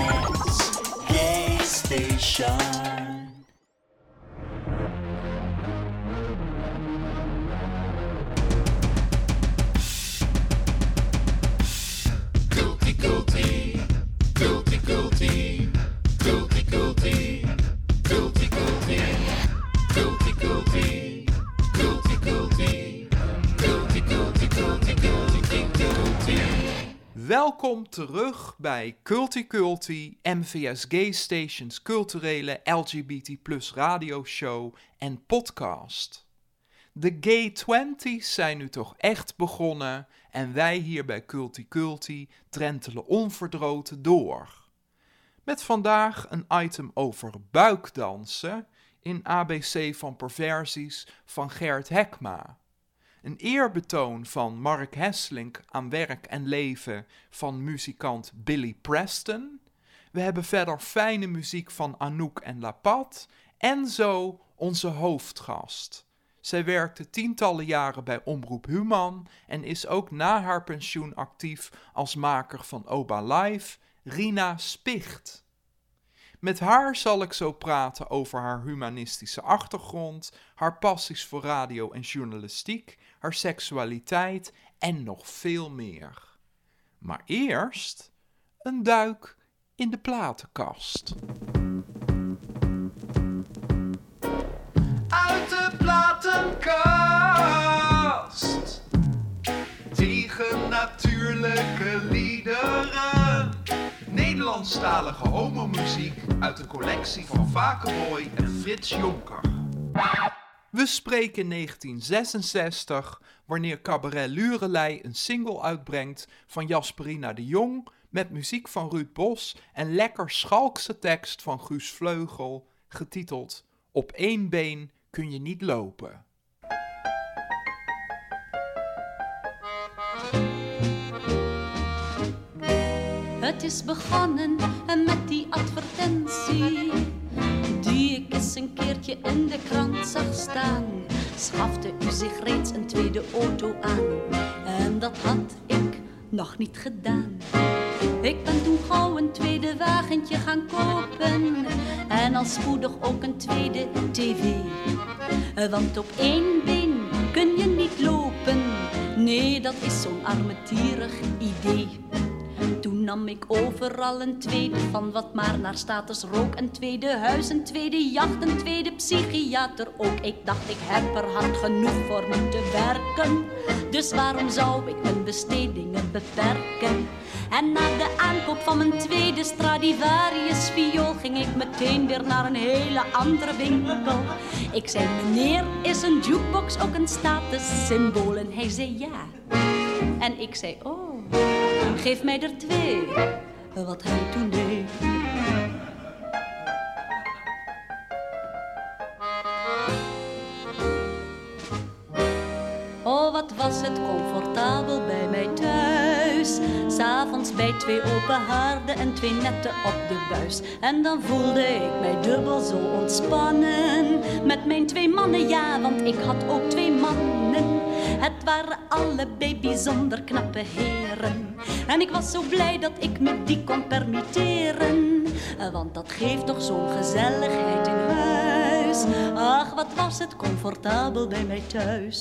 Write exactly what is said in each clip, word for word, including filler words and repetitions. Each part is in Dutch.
Gay Station. Culty, culty, culty, culty, culty, culty, culty, culty, culty, culty, culty, culty, culty, culty, culty, culty, culty. Welkom terug bij Culty Culty, M V S Gay Station's culturele L G B T plus radioshow en podcast. De Gay Twenties zijn nu toch echt begonnen en wij hier bij Culty Culty drentelen onverdroten door. Met vandaag een item over buikdansen in A B C van Perversies van Gert Hekma. Een eerbetoon van Mark Hesselink aan werk en leven van muzikant Billy Preston. We hebben verder fijne muziek van Anouk en Lapat. En zo onze hoofdgast. Zij werkte tientallen jaren bij Omroep Human en is ook na haar pensioen actief als maker van Oba Live, Rina Spicht. Met haar zal ik zo praten over haar humanistische achtergrond, haar passies voor radio en journalistiek, haar seksualiteit en nog veel meer. Maar eerst een duik in de platenkast. Uit de platenkast. Tegen natuurlijke liederen. Nederlandstalige homomuziek uit de collectie van Vakenboy en Frits Jonker. We spreken negentien zesenzestig, wanneer Cabaret Lurelei een single uitbrengt van Jasperina de Jong met muziek van Ruud Bos en lekker schalkse tekst van Guus Vleugel, getiteld Op één been kun je niet lopen. Het is begonnen met die advertentie die ik eens een keertje in de krant zag staan. Schafte u zich reeds een tweede auto aan? En dat had ik nog niet gedaan. Ik ben toen gauw een tweede wagentje gaan kopen en al spoedig ook een tweede tv. Want op één been kun je niet lopen, nee, dat is zo'n armetierig idee. Toen nam ik overal een tweede van wat maar naar status rook. Een tweede huis, een tweede jacht, een tweede psychiater ook. Ik dacht ik heb er hard genoeg voor moeten werken, dus waarom zou ik mijn bestedingen beperken? En na de aankoop van mijn tweede Stradivarius viool ging ik meteen weer naar een hele andere winkel. Ik zei, meneer, is een jukebox ook een statussymbool? En hij zei ja. En ik zei, oh, geef mij er twee, wat hij toen deed. Oh, wat was het comfortabel bij mij thuis. 's Avonds bij twee open haarden en twee netten op de buis. En dan voelde ik mij dubbel zo ontspannen. Met mijn twee mannen, ja, want ik had ook twee mannen. Het waren allebei bijzonder knappe heren. En ik was zo blij dat ik me die kon permitteren. Want dat geeft toch zo'n gezelligheid in huis. Ach, wat was het comfortabel bij mij thuis.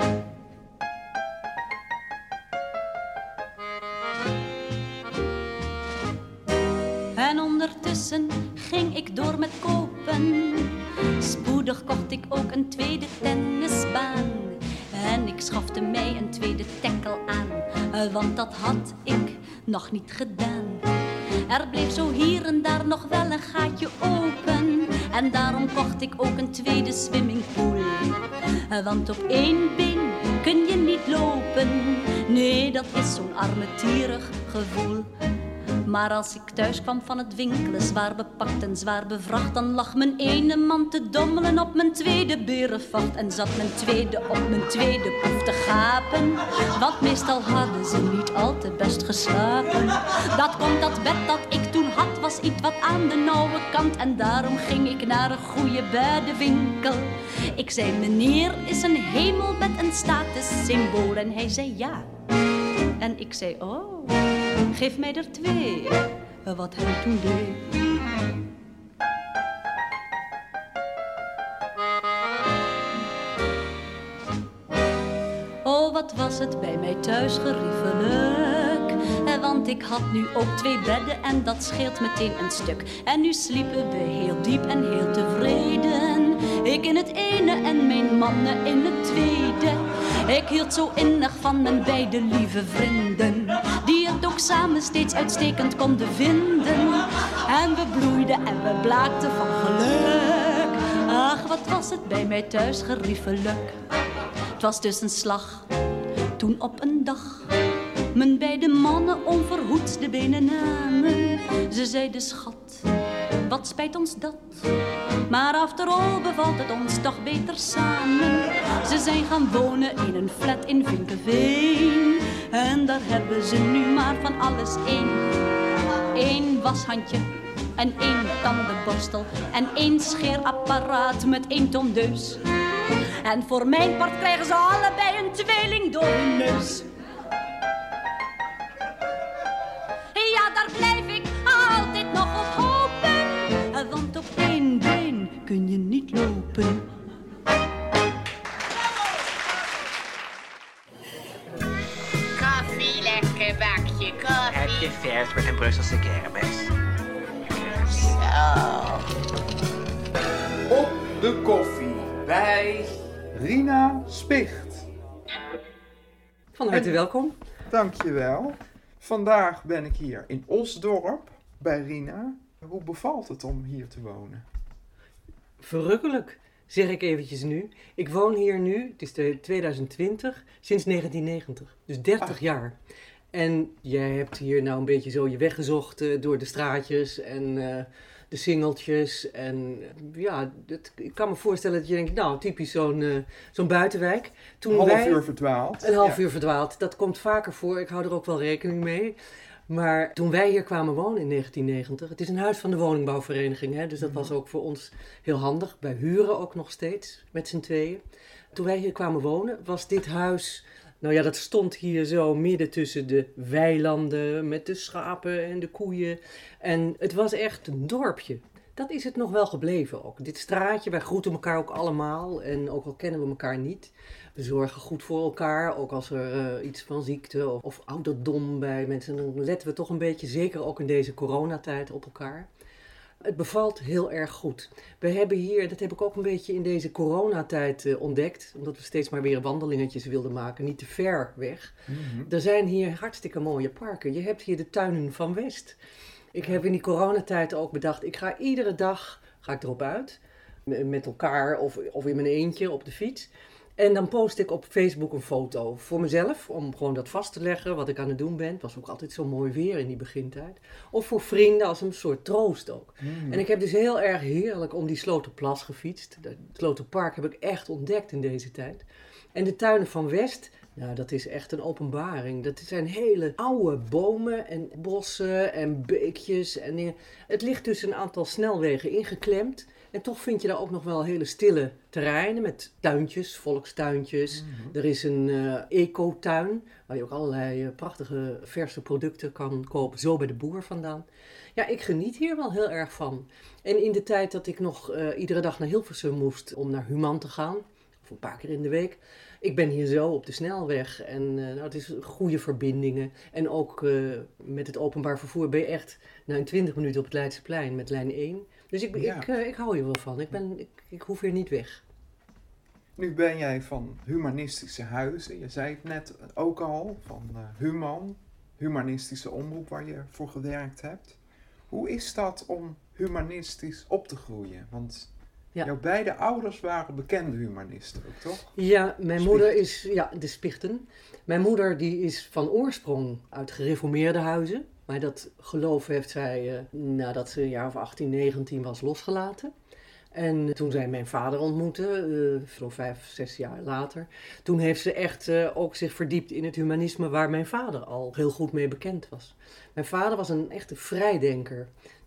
En ondertussen ging ik door met kopen. Spoedig kocht ik ook een tweede tennisbaan. En ik schafte mij een tweede tackle aan, want dat had ik nog niet gedaan. Er bleef zo hier en daar nog wel een gaatje open. En daarom kocht ik ook een tweede swimmingpool. Want op één been kun je niet lopen. Nee, dat is zo'n armetierig gevoel. Maar als ik thuis kwam van het winkelen, zwaar bepakt en zwaar bevracht, dan lag mijn ene man te dommelen op mijn tweede berenvacht. En zat mijn tweede op mijn tweede poef te gapen, want meestal hadden ze niet al te best geslapen. Dat komt dat bed dat ik toen had, was iets wat aan de nauwe kant. En daarom ging ik naar een goede bedenwinkel. Ik zei, meneer, is een hemelbed een statussymbool? En hij zei ja. En ik zei, oh, geef mij er twee, wat hij toen deed. Oh, wat was het bij mij thuis geriefelijk. Want ik had nu ook twee bedden en dat scheelt meteen een stuk. En nu sliepen we heel diep en heel tevreden. Ik in het ene en mijn mannen in het tweede. Ik hield zo innig van mijn beide lieve vrienden, die het ook samen steeds uitstekend konden vinden. En we bloeiden en we blaakten van geluk. Ach, wat was het bij mij thuis geriefelijk. Het was dus een slag, toen op een dag mijn beide mannen onverhoeds de benen namen. Ze zeiden, schat, wat spijt ons dat, maar after all bevalt het ons toch beter samen. Ze zijn gaan wonen in een flat in Vinkeveen. En daar hebben ze nu maar van alles één. Eén washandje en één tandenborstel en één scheerapparaat met één tondeus. En voor mijn part krijgen ze allebei een tweeling door hun neus. Ja, daar blijf ik altijd nog op hopen, want op één been kun je niet lopen. Koffie, lekker bakje koffie. Heb je vers met een Brusselse kermis? Zo. Op de koffie bij Rina Spicht. Van harte welkom. Dankjewel. Vandaag ben ik hier in Osdorp bij Rina. Hoe bevalt het om hier te wonen? Verrukkelijk, zeg ik eventjes nu. Ik woon hier nu, het is de tweeduizend twintig, sinds negentien negentig. Dus dertig Ach. jaar. En jij hebt hier nou een beetje zo je weg gezocht uh, door de straatjes en uh, de singeltjes. En uh, ja, het, ik kan me voorstellen dat je denkt, nou, typisch zo'n, uh, zo'n buitenwijk. Toen Een half wij, uur verdwaald. Een half Ja. uur verdwaald. Dat komt vaker voor. Ik hou er ook wel rekening mee. Maar toen wij hier kwamen wonen in negentien negentig... Het is een huis van de woningbouwvereniging. Hè, dus dat was ook voor ons heel handig. Wij huren ook nog steeds met z'n tweeën. Toen wij hier kwamen wonen was dit huis... Nou ja, dat stond hier zo midden tussen de weilanden met de schapen en de koeien. En het was echt een dorpje. Dat is het nog wel gebleven ook. Dit straatje, wij groeten elkaar ook allemaal. En ook al kennen we elkaar niet. We zorgen goed voor elkaar. Ook als er uh, iets van ziekte of, of ouderdom bij mensen. Dan letten we toch een beetje, zeker ook in deze coronatijd, op elkaar. Het bevalt heel erg goed. We hebben hier, dat heb ik ook een beetje in deze coronatijd uh, ontdekt. Omdat we steeds maar weer wandelingetjes wilden maken. Niet te ver weg. Mm-hmm. Er zijn hier hartstikke mooie parken. Je hebt hier de tuinen van West. Ik heb in die coronatijd ook bedacht, ik ga iedere dag ga ik erop uit. Met elkaar of, of in mijn eentje op de fiets. En dan post ik op Facebook een foto voor mezelf, om gewoon dat vast te leggen wat ik aan het doen ben. Het was ook altijd zo mooi weer in die begintijd. Of voor vrienden als een soort troost ook. Mm. En ik heb dus heel erg heerlijk om die Sloterplas gefietst. Het Sloterpark heb ik echt ontdekt in deze tijd. En de tuinen van West, nou, dat is echt een openbaring. Dat zijn hele oude bomen en bossen en beekjes. En het ligt tussen een aantal snelwegen ingeklemd. En toch vind je daar ook nog wel hele stille terreinen met tuintjes, volkstuintjes. Mm-hmm. Er is een uh, ecotuin waar je ook allerlei uh, prachtige verse producten kan kopen. Zo bij de boer vandaan. Ja, ik geniet hier wel heel erg van. En in de tijd dat ik nog uh, iedere dag naar Hilversum moest om naar Human te gaan, of een paar keer in de week. Ik ben hier zo op de snelweg en uh, nou, het is goede verbindingen. En ook uh, met het openbaar vervoer ben je echt na nou, twintig minuten op het Leidseplein met lijn één. Dus ik, Ja. ik, uh, ik hou hier wel van. Ik, ben, ik, ik hoef hier niet weg. Nu ben jij van humanistische huizen. Je zei het net ook al, van uh, Human, humanistische omroep waar je voor gewerkt hebt. Hoe is dat om humanistisch op te groeien? Want Ja. jouw beide ouders waren bekende humanisten ook, toch? Ja, mijn Spicht. moeder is, ja, de Spichten. Mijn moeder die is van oorsprong uit gereformeerde huizen. Maar dat geloof heeft zij, uh, nadat ze een jaar of achttien, negentien was, losgelaten. En toen zij mijn vader ontmoette, uh, zo'n vijf, zes jaar later, toen heeft ze echt uh, ook zich verdiept in het humanisme waar mijn vader al heel goed mee bekend was. Mijn vader was een echte vrijdenker.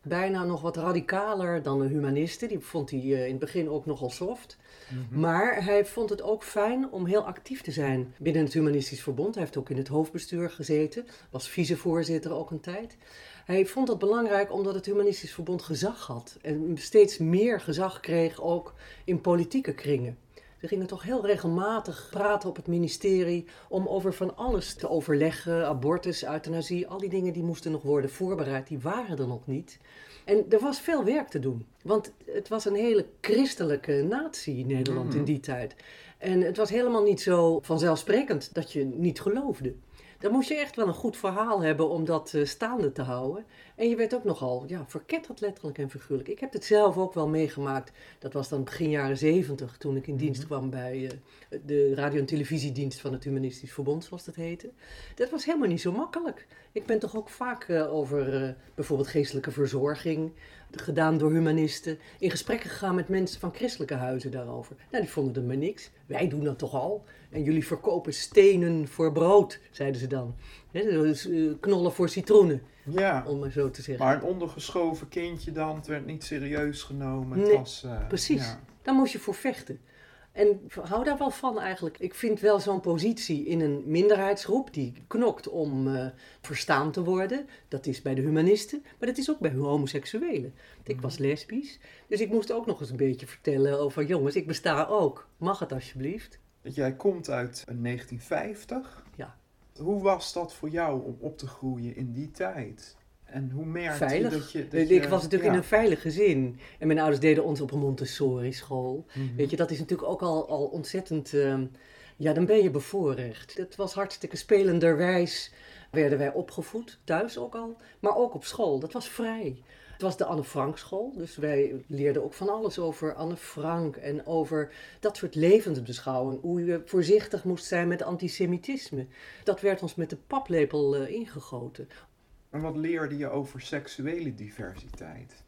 bijna nog wat radicaler dan de humanisten. Die vond hij uh, in het begin ook nogal soft. Mm-hmm. Maar hij vond het ook fijn om heel actief te zijn binnen het Humanistisch Verbond. Hij heeft ook in het hoofdbestuur gezeten, was vicevoorzitter ook een tijd. Hij vond dat belangrijk omdat het Humanistisch Verbond gezag had. En steeds meer gezag kreeg ook in politieke kringen. Ze gingen toch heel regelmatig praten op het ministerie om over van alles te overleggen. Abortus, euthanasie, al die dingen die moesten nog worden voorbereid. Die waren er nog niet. En er was veel werk te doen. Want het was een hele christelijke natie, Nederland, mm. in die tijd. En het was helemaal niet zo vanzelfsprekend dat je niet geloofde. Dan moest je echt wel een goed verhaal hebben om dat uh, staande te houden. En je werd ook nogal ja, verketterd, letterlijk en figuurlijk. Ik heb het zelf ook wel meegemaakt. Dat was dan begin jaren zeventig, toen ik in dienst kwam bij uh, de radio- en televisiedienst van het Humanistisch Verbond, zoals dat heette. Dat was helemaal niet zo makkelijk. Ik ben toch ook vaak uh, over uh, bijvoorbeeld geestelijke verzorging, gedaan door humanisten, in gesprekken gegaan met mensen van christelijke huizen daarover. Nou, die vonden er maar niks. Wij doen dat toch al. En jullie verkopen stenen voor brood, zeiden ze dan. He, dus, uh, knollen voor citroenen, ja, om maar zo te zeggen. Maar een ondergeschoven kindje dan, het werd niet serieus genomen. Het nee, was, uh, precies, ja. Daar moest je voor vechten. En hou daar wel van eigenlijk. Ik vind wel zo'n positie in een minderheidsgroep die knokt om uh, verstaan te worden. Dat is bij de humanisten, maar dat is ook bij homoseksuelen. Ik was lesbisch, dus ik moest ook nog eens een beetje vertellen over jongens, ik besta ook. Mag het alsjeblieft? Jij komt uit negentien vijftig. Ja. Hoe was dat voor jou om op te groeien in die tijd? En hoe merkte veilig. je dat je... Dat ik je, was natuurlijk ja. in een veilig gezin. En mijn ouders deden ons op een Montessori school. Mm-hmm. Weet je, dat is natuurlijk ook al, al ontzettend... Uh, ja, dan ben je bevoorrecht. Het was hartstikke spelenderwijs. Werden wij opgevoed, thuis ook al. Maar ook op school. Dat was vrij. Het was de Anne Frank school. Dus wij leerden ook van alles over Anne Frank. En over dat soort levensbeschouwing. Hoe je voorzichtig moest zijn met antisemitisme. Dat werd ons met de paplepel uh, ingegoten. En wat leerde je over seksuele diversiteit?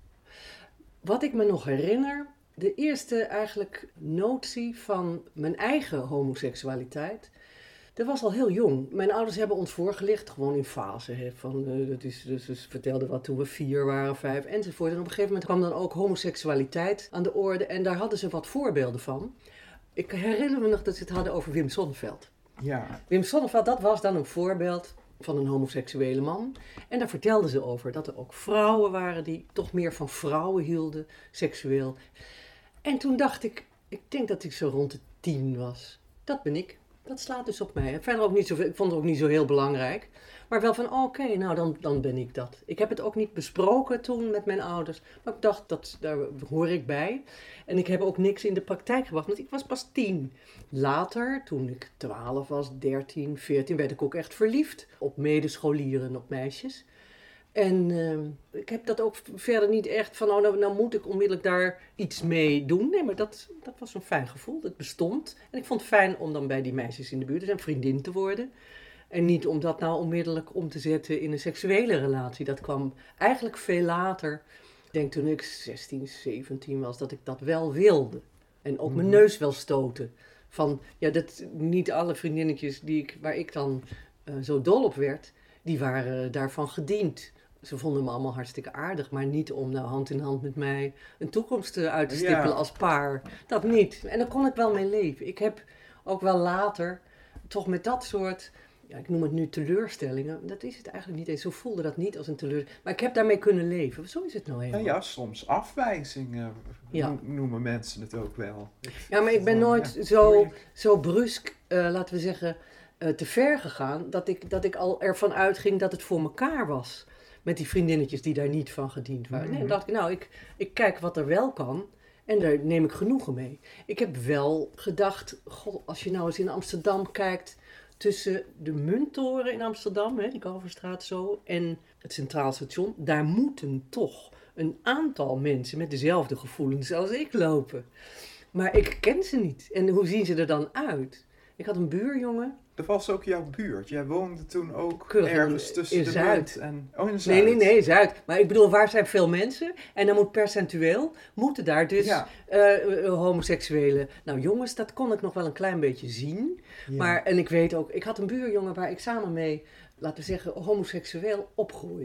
Wat ik me nog herinner, de eerste eigenlijk notie van mijn eigen homoseksualiteit, dat was al heel jong. Mijn ouders hebben ons voorgelicht, gewoon in fase. Hè, van, uh, dat is, dus, dus vertelden wat toen we vier waren, vijf enzovoort. En op een gegeven moment kwam dan ook homoseksualiteit aan de orde en daar hadden ze wat voorbeelden van. Ik herinner me nog dat ze het hadden over Wim Sonneveld. Ja. Wim Sonneveld, dat was dan een voorbeeld van een homoseksuele man. En daar vertelden ze over dat er ook vrouwen waren die toch meer van vrouwen hielden, seksueel. En toen dacht ik, ik denk dat ik zo rond de tien was. Dat ben ik. Dat slaat dus op mij. Verder ook niet zo, ik vond het ook niet zo heel belangrijk. Maar wel van, oké, okay, nou dan, dan ben ik dat. Ik heb het ook niet besproken toen met mijn ouders. Maar ik dacht, dat, daar hoor ik bij. En ik heb ook niks in de praktijk gebracht, want ik was pas tien. Later, toen ik twaalf was, dertien, veertien, werd ik ook echt verliefd op medescholieren, op meisjes. En uh, ik heb dat ook verder niet echt van, oh, nou, nou moet ik onmiddellijk daar iets mee doen. Nee, maar dat, dat was een fijn gevoel, dat bestond. En ik vond het fijn om dan bij die meisjes in de buurt te zijn, vriendin te worden. En niet om dat nou onmiddellijk om te zetten in een seksuele relatie. Dat kwam eigenlijk veel later. Ik denk toen ik zestien, zeventien was, dat ik dat wel wilde. En ook mijn neus wel stoten. Van, ja, dat niet alle vriendinnetjes die ik, waar ik dan uh, zo dol op werd, die waren daarvan gediend. Ze vonden me allemaal hartstikke aardig, maar niet om nou hand in hand met mij een toekomst uit te stippelen ja. als paar. Dat niet. En daar kon ik wel mee leven. Ik heb ook wel later toch met dat soort, ja, ik noem het nu teleurstellingen, dat is het eigenlijk niet eens. Zo voelde dat niet als een teleurstelling. Maar ik heb daarmee kunnen leven. Zo is het nou helemaal. Ja, ja, soms afwijzingen ja. noemen mensen het ook wel. Ja, maar ik ben nooit ja. zo, zo brusk, uh, laten we zeggen, uh, te ver gegaan, dat ik, dat ik al ervan uitging dat het voor mekaar was. Met die vriendinnetjes die daar niet van gediend waren. Nee, dan dacht ik, nou, ik, ik kijk wat er wel kan. En daar neem ik genoegen mee. Ik heb wel gedacht, god, als je nou eens in Amsterdam kijkt, tussen de Munttoren in Amsterdam, hè, die Kalverstraat zo, en het Centraal Station, daar moeten toch een aantal mensen met dezelfde gevoelens als ik lopen. Maar ik ken ze niet. En hoe zien ze er dan uit? Ik had een buurjongen. Dat was ook jouw buurt. Jij woonde toen ook Keurig, ergens tussen in de Zuid. En, oh, in Zuid. Nee, nee, nee, Zuid. Maar ik bedoel, waar zijn veel mensen? En dan moet percentueel, moeten daar dus ja. uh, uh, homoseksuele... Nou jongens, dat kon ik nog wel een klein beetje zien. Ja. Maar, en ik weet ook, ik had een buurjongen waar ik samen mee, laten we zeggen, homoseksueel opgroeide.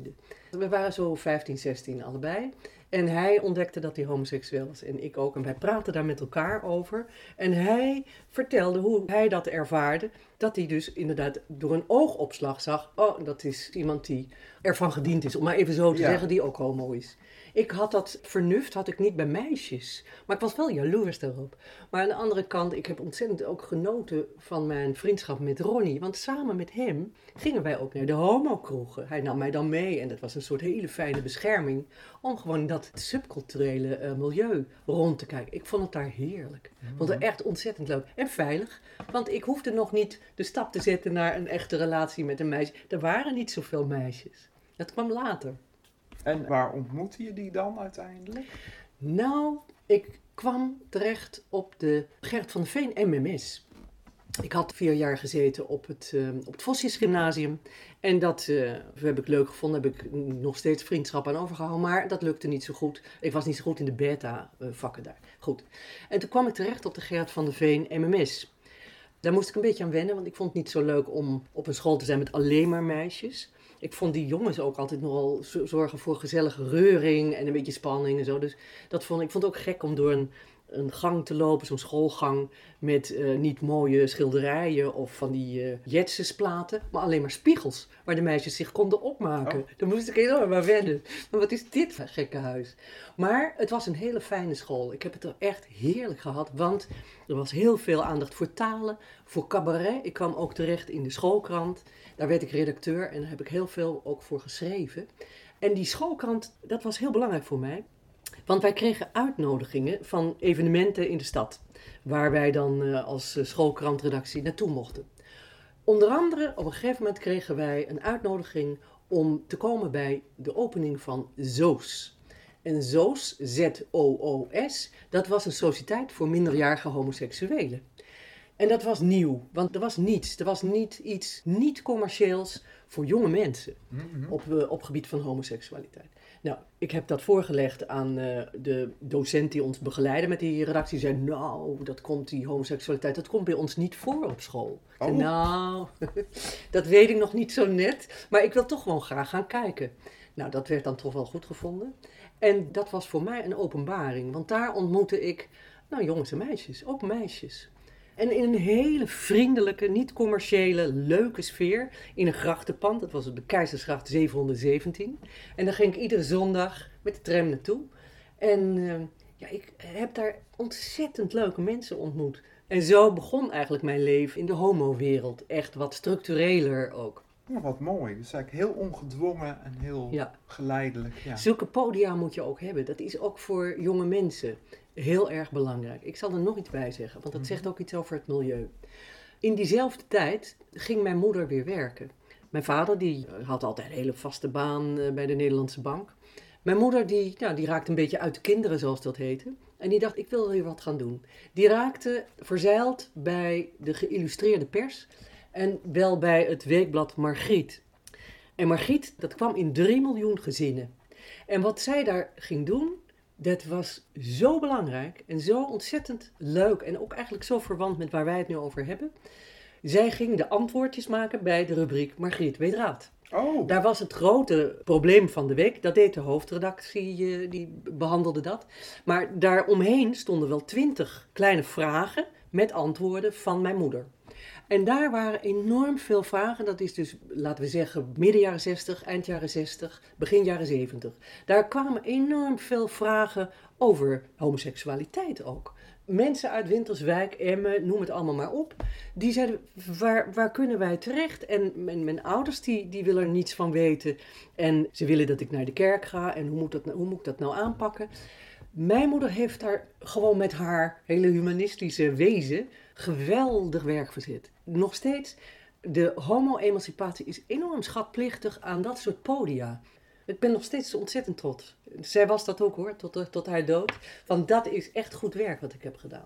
We waren zo vijftien, zestien allebei. En hij ontdekte dat hij homoseksueel was en ik ook. En wij praten daar met elkaar over. En hij vertelde hoe hij dat ervaarde. Dat hij dus inderdaad door een oogopslag zag. Oh, dat is iemand die ervan gediend is, om maar even zo te Ja. zeggen, die ook homo is. Ik had dat vernuft, had ik niet bij meisjes. Maar ik was wel jaloers daarop. Maar aan de andere kant, ik heb ontzettend ook genoten van mijn vriendschap met Ronnie. Want samen met hem gingen wij ook naar de homokroegen. Hij nam mij dan mee en dat was een soort hele fijne bescherming. Om gewoon dat subculturele uh, milieu rond te kijken. Ik vond het daar heerlijk. Ik vond het echt ontzettend leuk. En veilig. Want ik hoefde nog niet de stap te zetten naar een echte relatie met een meisje. Er waren niet zoveel meisjes. Dat kwam later. En waar ontmoette je die dan uiteindelijk? Nou, ik kwam terecht op de Gert van de Veen M M S. Ik had vier jaar gezeten op het, uh, op het Vossius Gymnasium. En dat uh, heb ik leuk gevonden, heb ik nog steeds vriendschap aan overgehouden. Maar dat lukte niet zo goed. Ik was niet zo goed in de beta-vakken daar. Goed. En toen kwam ik terecht op de Gert van de Veen M M S. Daar moest ik een beetje aan wennen, want ik vond het niet zo leuk om op een school te zijn met alleen maar meisjes. Ik vond die jongens ook altijd nogal zorgen voor gezellige reuring en een beetje spanning en zo. Dus dat vond, ik vond het ook gek om door een, een gang te lopen, zo'n schoolgang, met uh, niet mooie schilderijen of van die uh, jetsesplaten, maar alleen maar spiegels waar de meisjes zich konden opmaken. Oh. Daar moest ik enorm aan wennen. Maar wat is dit voor een gekke huis? Maar het was een hele fijne school. Ik heb het er echt heerlijk gehad, want er was heel veel aandacht voor talen, voor cabaret. Ik kwam ook terecht in de schoolkrant. Daar werd ik redacteur en daar heb ik heel veel ook voor geschreven. En die schoolkrant, dat was heel belangrijk voor mij. Want wij kregen uitnodigingen van evenementen in de stad. Waar wij dan uh, als uh, schoolkrantredactie naartoe mochten. Onder andere, op een gegeven moment kregen wij een uitnodiging om te komen bij de opening van Zoos. En Zoos, Z O O S, dat was een sociëteit voor minderjarige homoseksuelen. En dat was nieuw, want er was niets. Er was niet iets niet-commercieels voor jonge mensen mm-hmm. op, uh, op gebied van homoseksualiteit. Nou, ik heb dat voorgelegd aan uh, de docent die ons begeleidde met die redactie. Die zei, nou, dat komt, die homoseksualiteit, dat komt bij ons niet voor op school. Oh. Ik zei, nou, dat weet ik nog niet zo net, maar ik wil toch gewoon graag gaan kijken. Nou, dat werd dan toch wel goed gevonden. En dat was voor mij een openbaring, want daar ontmoette ik, nou, jongens en meisjes, ook meisjes. En in een hele vriendelijke, niet-commerciële, leuke sfeer. In een grachtenpand. Dat was op de Keizersgracht zevenhonderdzeventien. En daar ging ik iedere zondag met de tram naartoe. En uh, ja, ik heb daar ontzettend leuke mensen ontmoet. En zo begon eigenlijk mijn leven in de homo-wereld. Echt wat structureler ook. Ja, wat mooi. Dus eigenlijk heel ongedwongen en heel ja. geleidelijk. Ja. Zulke podia moet je ook hebben. Dat is ook voor jonge mensen heel erg belangrijk. Ik zal er nog iets bij zeggen, want dat zegt ook iets over het milieu. In diezelfde tijd ging mijn moeder weer werken. Mijn vader die had altijd een hele vaste baan bij de Nederlandse Bank. Mijn moeder die, nou, die raakte een beetje uit de kinderen, zoals dat heette. En die dacht, ik wil hier wat gaan doen. Die raakte verzeild bij de geïllustreerde pers en wel bij het weekblad Margriet. En Margriet, dat kwam in drie miljoen gezinnen. En wat zij daar ging doen, dat was zo belangrijk en zo ontzettend leuk en ook eigenlijk zo verwant met waar wij het nu over hebben. Zij ging de antwoordjes maken bij de rubriek Margriet weet raad. Oh. Daar was het grote probleem van de week. Dat deed de hoofdredactie, die behandelde dat. Maar daaromheen stonden wel twintig kleine vragen met antwoorden van mijn moeder. En daar waren enorm veel vragen. Dat is dus, laten we zeggen, midden jaren zestig, eind jaren zestig, begin jaren zeventig. Daar kwamen enorm veel vragen over homoseksualiteit ook. Mensen uit Winterswijk, Emmen, noem het allemaal maar op. Die zeiden, waar, waar kunnen wij terecht? En mijn, mijn ouders die, die willen er niets van weten. En ze willen dat ik naar de kerk ga. En hoe moet, dat, hoe moet ik dat nou aanpakken? Mijn moeder heeft daar gewoon met haar hele humanistische wezen geweldig werk verzet. Nog steeds, de homo-emancipatie is enorm schatplichtig aan dat soort podia. Ik ben nog steeds ontzettend trots. Zij was dat ook hoor, tot, tot haar dood. Want dat is echt goed werk wat ik heb gedaan.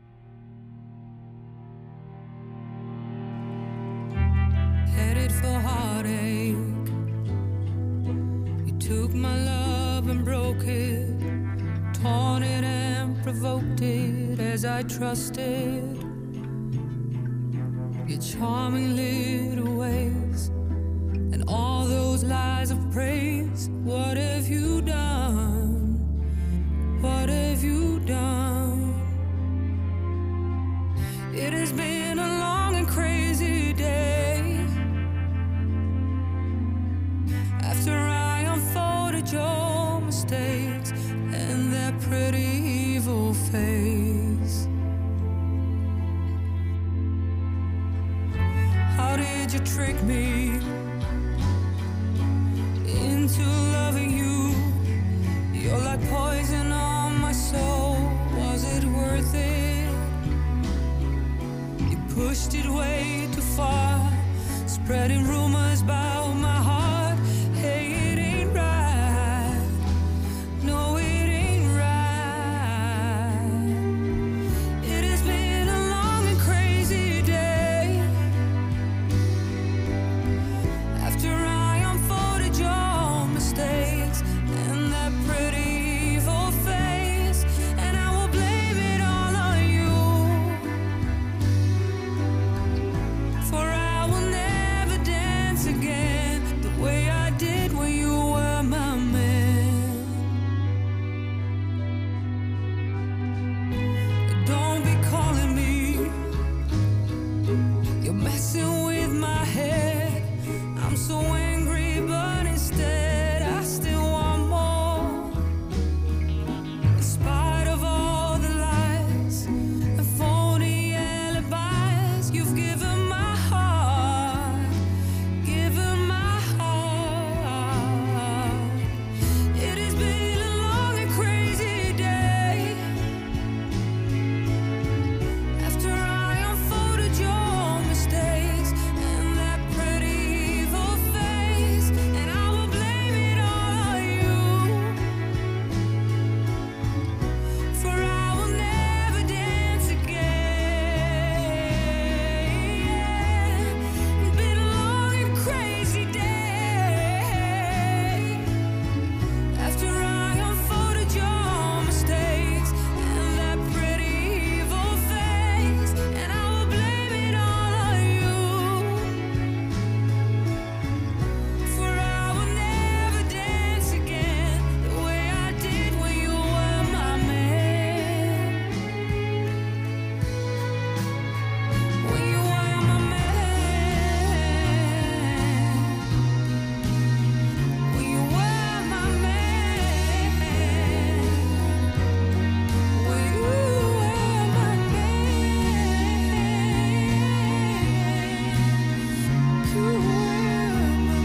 Headed for heartache. You took my love and broke it. Torn it and provoked it as I trusted. Your charming little ways and And all those lies of praise, what have you done? What have you done? It has been a long and crazy day. After I unfolded your mistakes and that pretty evil face. How did you trick me into loving you? You're like poison on my soul. Was it worth it? You pushed it way too far, spreading rumors about my heart. Hey, it ain't right. No, it ain't right. It has been a long and crazy day. After I unfolded your mistakes and that pretty evil face, and I will blame it all on you. For I will never dance again the way I did when you were my man. Don't be calling me, you're messing with my head. I'm so angry, but instead I still want more. In spite of all the lies and phony alibis, you've given my heart, given my heart. It has been a long and crazy day. After I unfolded your mistakes and that pretty evil face, and I will blame it all on you. For I will never dance again. It's been a long and crazy day. After I unfolded your mistakes and that pretty evil face, and I will blame it all on you. For I will never dance again the way I did when you were my man. When you were my man. When you were my man. When you were my man. You were my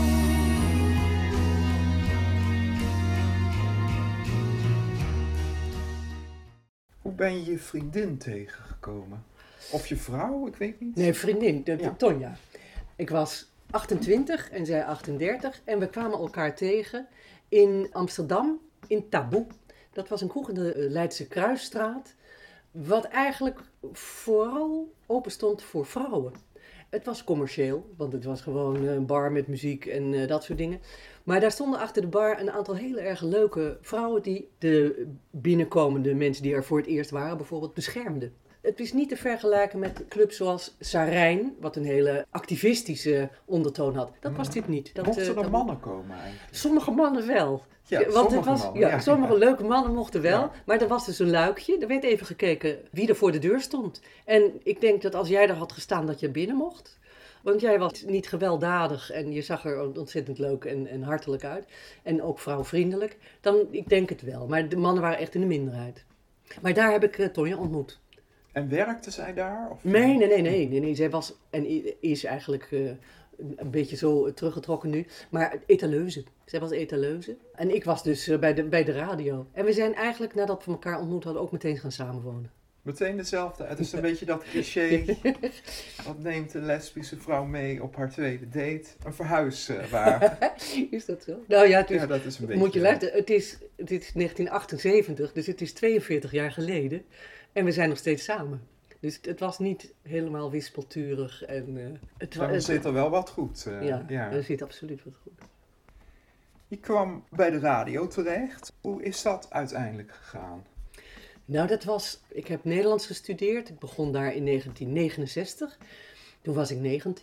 man. Hoe ben je je vriendin tegengekomen? Of je vrouw, ik weet niet. Nee, vriendin, de, de Ja. Tonja. Ik was achtentwintig en zij achtendertig en we kwamen elkaar tegen in Amsterdam, in Taboe. Dat was een kroeg in de eh, Leidse Kruisstraat, wat eigenlijk vooral open stond voor vrouwen. Het was commercieel, want het was gewoon eh, een bar met muziek en eh, dat soort dingen. Maar daar stonden achter de bar een aantal hele erg leuke vrouwen die de binnenkomende mensen die er voor het eerst waren bijvoorbeeld beschermden. Het is niet te vergelijken met clubs zoals Sarijn, wat een hele activistische ondertoon had. Dat was dit niet. Dat, Mochten eh, er dat- mannen komen eigenlijk? Sommige mannen wel. Ja, want sommige het was, mannen, ja, ja. sommige leuke mannen mochten wel. Ja. Maar er was dus een luikje. Er werd even gekeken wie er voor de deur stond. En ik denk dat als jij er had gestaan dat je binnen mocht. Want jij was niet gewelddadig en je zag er ontzettend leuk en, en hartelijk uit. En ook vrouwvriendelijk. Dan, ik denk het wel. Maar de mannen waren echt in de minderheid. Maar daar heb ik uh, Tonja ontmoet. En werkte zij daar? Of? Nee, nee, nee, nee, nee, nee. Zij was en i- is eigenlijk uh, een beetje zo teruggetrokken nu. Maar etaleuze. Zij was etaleuze. En ik was dus uh, bij, de, bij de radio. En we zijn eigenlijk nadat we elkaar ontmoet hadden ook meteen gaan samenwonen. Meteen dezelfde. Het is een beetje dat cliché. Wat neemt de lesbische vrouw mee op haar tweede date? Een verhuiswagen. Is dat zo? Nou ja, het is, Ja, dat is een beetje... moet je luisteren. Het is, het is negentien achtenzeventig, dus het is tweeënveertig jaar geleden. En we zijn nog steeds samen. Dus het was niet helemaal wispelturig. En, uh, het, wa- Dan het- zit er wel wat goed. uh, ja, ja. er zit absoluut wat goed. Je kwam bij de radio terecht. Hoe is dat uiteindelijk gegaan? Nou, dat was... Ik heb Nederlands gestudeerd. Ik begon daar in negentien negenenzestig. Toen was ik negentien.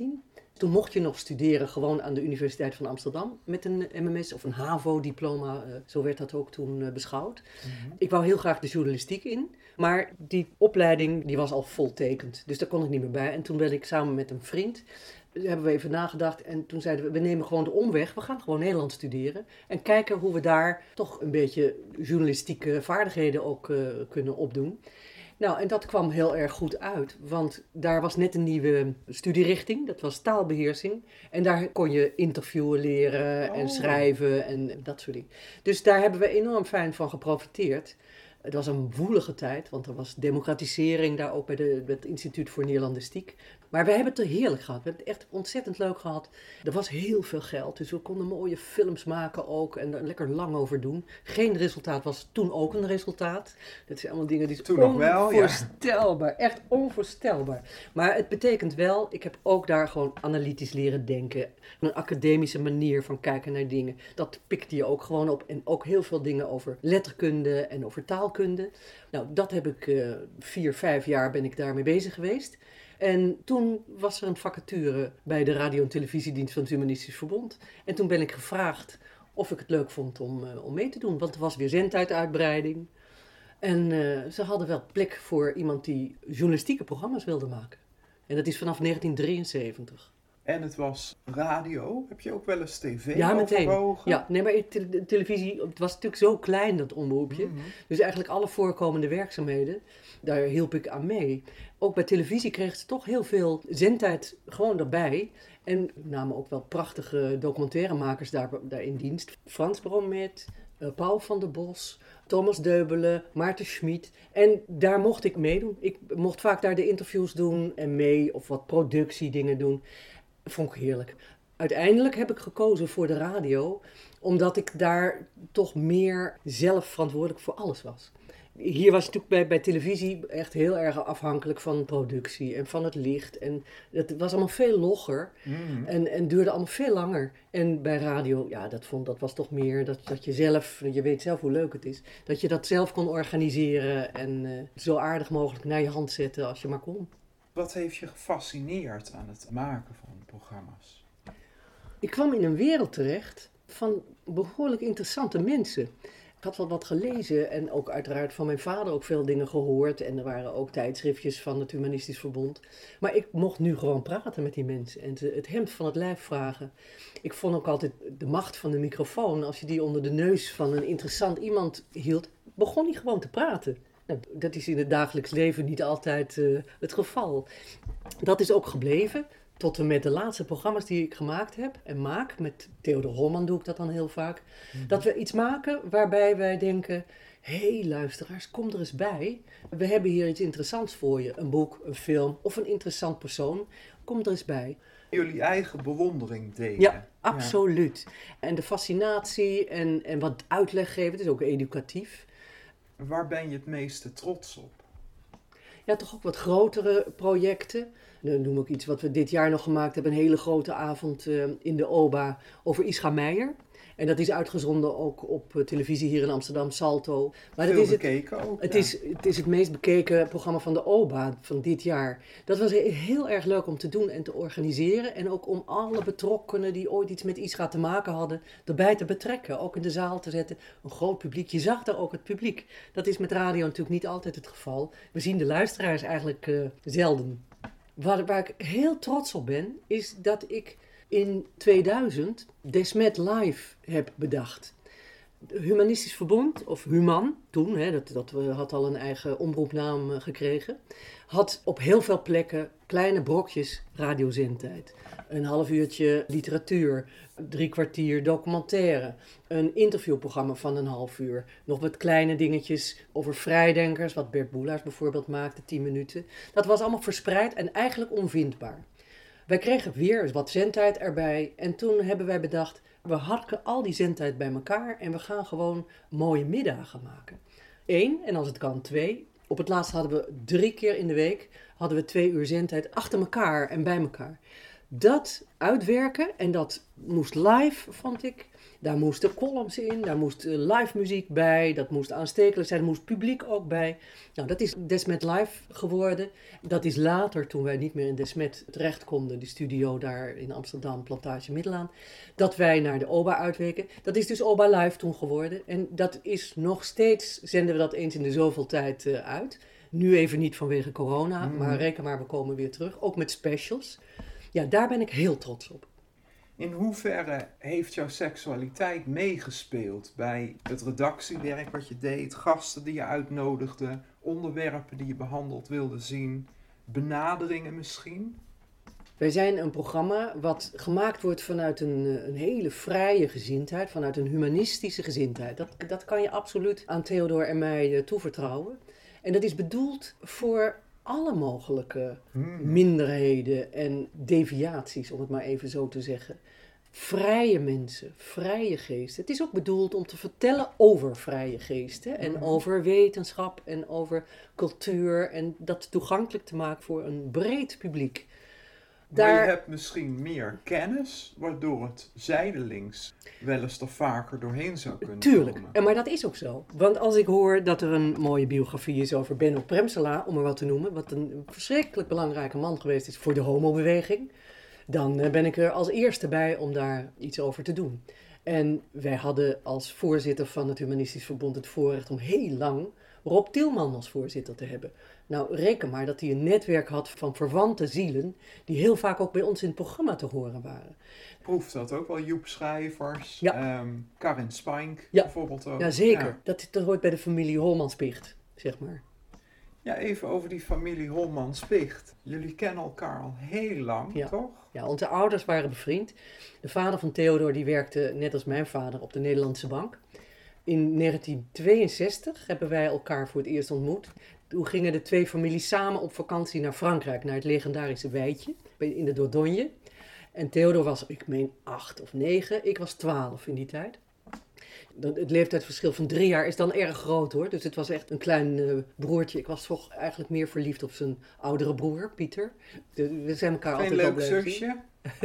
Toen mocht je nog studeren gewoon aan de Universiteit van Amsterdam met een M M S of een HAVO-diploma. Uh, zo werd dat ook toen uh, beschouwd. Mm-hmm. Ik wou heel graag de journalistiek in, maar die opleiding die was al voltekend. Dus daar kon ik niet meer bij. En toen ben ik samen met een vriend, hebben we even nagedacht en toen zeiden we, we nemen gewoon de omweg. We gaan gewoon Nederlands studeren en kijken hoe we daar toch een beetje journalistieke vaardigheden ook uh, kunnen opdoen. Nou, en dat kwam heel erg goed uit, want daar was net een nieuwe studierichting, dat was taalbeheersing. En daar kon je interviewen leren en oh. schrijven en dat soort dingen. Dus daar hebben we enorm fijn van geprofiteerd. Het was een woelige tijd, want er was democratisering daar ook bij, de, bij het Instituut voor Nederlandistiek. Maar we hebben het er heerlijk gehad. We hebben het echt ontzettend leuk gehad. Er was heel veel geld, dus we konden mooie films maken ook en er lekker lang over doen. Geen resultaat was toen ook een resultaat. Dat zijn allemaal dingen die toen onvoorstelbaar, ja. Echt onvoorstelbaar. Maar het betekent wel, ik heb ook daar gewoon analytisch leren denken. Een academische manier van kijken naar dingen. Dat pikte je ook gewoon op. En ook heel veel dingen over letterkunde en over taalkunde. Nou, dat heb ik uh, vier, vijf jaar ben ik daarmee bezig geweest. En toen was er een vacature bij de radio- en televisiedienst van het Humanistisch Verbond. En toen ben ik gevraagd of ik het leuk vond om, uh, om mee te doen. Want er was weer zendtijduitbreiding. En uh, ze hadden wel plek voor iemand die journalistieke programma's wilde maken. En dat is vanaf negentien drieënzeventig. En het was radio. Heb je ook wel eens tv ja, meteen. overwogen? Ja, nee, maar te- televisie, het was natuurlijk zo klein, dat omroepje. Mm-hmm. Dus eigenlijk alle voorkomende werkzaamheden, daar hielp ik aan mee. Ook bij televisie kregen ze toch heel veel zendtijd gewoon erbij. En namen ook wel prachtige documentairemakers daar, daar in dienst. Frans Bromet, uh, Paul van der Bos, Thomas Deubelen, Maarten Schmid. En daar mocht ik meedoen. Ik mocht vaak daar de interviews doen en mee of wat productiedingen doen. Vond ik heerlijk. Uiteindelijk heb ik gekozen voor de radio, omdat ik daar toch meer zelf verantwoordelijk voor alles was. Hier was het natuurlijk bij, bij televisie echt heel erg afhankelijk van productie en van het licht. En het was allemaal veel logger mm. en, en duurde allemaal veel langer. En bij radio, ja, dat, vond, dat was toch meer dat, dat je zelf, je weet zelf hoe leuk het is, dat je dat zelf kon organiseren en uh, zo aardig mogelijk naar je hand zetten als je maar kon. Wat heeft je gefascineerd aan het maken van programma's? Ik kwam in een wereld terecht van behoorlijk interessante mensen. Ik had wel wat gelezen en ook uiteraard van mijn vader ook veel dingen gehoord. En er waren ook tijdschriftjes van het Humanistisch Verbond. Maar ik mocht nu gewoon praten met die mensen en het hemd van het lijf vragen. Ik vond ook altijd de macht van de microfoon. Als je die onder de neus van een interessant iemand hield, begon hij gewoon te praten. Nou, dat is in het dagelijks leven niet altijd uh, het geval. Dat is ook gebleven. Tot en met de laatste programma's die ik gemaakt heb en maak, met Theodor Holman doe ik dat dan heel vaak. Mm-hmm. Dat we iets maken waarbij wij denken, hé hey, luisteraars, kom er eens bij. We hebben hier iets interessants voor je. Een boek, een film of een interessant persoon. Kom er eens bij. Jullie eigen bewondering delen. Ja, absoluut. Ja. En de fascinatie en, en wat uitleg geven, het is ook educatief. Waar ben je het meeste trots op? Ja, toch ook wat grotere projecten. Dan noem ik iets wat we dit jaar nog gemaakt hebben. Een hele grote avond uh, in de O B A over Ischa Meijer. En dat is uitgezonden ook op uh, televisie hier in Amsterdam, Salto. Maar Veel dat is bekeken het, ook. Het, ja. is, het is het meest bekeken programma van de O B A van dit jaar. Dat was heel erg leuk om te doen en te organiseren. En ook om alle betrokkenen die ooit iets met Ischa te maken hadden, erbij te betrekken. Ook in de zaal te zetten. Een groot publiek. Je zag daar ook het publiek. Dat is met radio natuurlijk niet altijd het geval. We zien de luisteraars eigenlijk uh, zelden. Waar, waar ik heel trots op ben, is dat ik in tweeduizend Desmet Live heb bedacht. Het Humanistisch Verbond, of Human, toen, hè, dat, dat had al een eigen omroepnaam uh, gekregen, had op heel veel plekken kleine brokjes radiozendtijd. Een half uurtje literatuur, drie kwartier documentaire, een interviewprogramma van een half uur. Nog wat kleine dingetjes over vrijdenkers, wat Bert Boelaars bijvoorbeeld maakte, tien minuten. Dat was allemaal verspreid en eigenlijk onvindbaar. Wij kregen weer wat zendtijd erbij en toen hebben wij bedacht, we harken al die zendtijd bij elkaar en we gaan gewoon mooie middagen maken. Eén, en als het kan twee. Op het laatst hadden we drie keer in de week hadden we twee uur zendtijd achter elkaar en bij elkaar. dat uitwerken en dat moest live, vond ik. Daar moesten columns in, daar moest uh, live muziek bij, dat moest aanstekelijk zijn, er moest publiek ook bij. Nou, dat is Desmet Live geworden. Dat is later, toen wij niet meer in Desmet terecht konden, die studio daar in Amsterdam, Plantage Middelaan, dat wij naar de O B A uitweken. Dat is dus O B A Live toen geworden. En dat is nog steeds, zenden we dat eens in de zoveel tijd uh, uit. Nu even niet vanwege corona, mm. maar reken maar, we komen weer terug. Ook met specials. Ja, daar ben ik heel trots op. In hoeverre heeft jouw seksualiteit meegespeeld bij het redactiewerk wat je deed, gasten die je uitnodigde, onderwerpen die je behandeld wilde zien, benaderingen misschien? Wij zijn een programma wat gemaakt wordt vanuit een, een hele vrije gezindheid, vanuit een humanistische gezindheid. Dat, dat kan je absoluut aan Theodor en mij toevertrouwen. En dat is bedoeld voor alle mogelijke hmm. minderheden en deviaties, om het maar even zo te zeggen. Vrije mensen, vrije geesten. Het is ook bedoeld om te vertellen over vrije geesten en hmm. over wetenschap en over cultuur en dat toegankelijk te maken voor een breed publiek. Daar... Maar je hebt misschien meer kennis, waardoor het zijdelings wel eens er vaker doorheen zou kunnen Tuurlijk, komen. En maar dat is ook zo. Want als ik hoor dat er een mooie biografie is over Benno Premsela, om er wat te noemen, wat een verschrikkelijk belangrijke man geweest is voor de homobeweging, dan ben ik er als eerste bij om daar iets over te doen. En wij hadden als voorzitter van het Humanistisch Verbond het voorrecht om heel lang Rob Tielman als voorzitter te hebben. Nou, reken maar dat hij een netwerk had van verwante zielen, die heel vaak ook bij ons in het programma te horen waren. Proeft dat ook wel, Joep Schrijvers, ja. um, Karin Spink ja. bijvoorbeeld ook. Ja, zeker. Ja. Dat, dat hoort bij de familie Holman-Spicht, zeg maar. Ja, even over die familie Holman-Spicht. Jullie kennen elkaar al heel lang, ja. toch? Ja, onze ouders waren bevriend. De vader van Theodor die werkte, net als mijn vader, op de Nederlandse Bank. In negentien tweeënzestig hebben wij elkaar voor het eerst ontmoet. Toen gingen de twee families samen op vakantie naar Frankrijk, naar het legendarische Weitje, in de Dordogne. En Theodor was, ik meen, acht of negen. Ik was twaalf in die tijd. Het leeftijdsverschil van drie jaar is dan erg groot hoor. Dus het was echt een klein uh, broertje. Ik was toch eigenlijk meer verliefd op zijn oudere broer, Pieter. De, we zijn elkaar Geen altijd wel leuk blijven zusje? zien.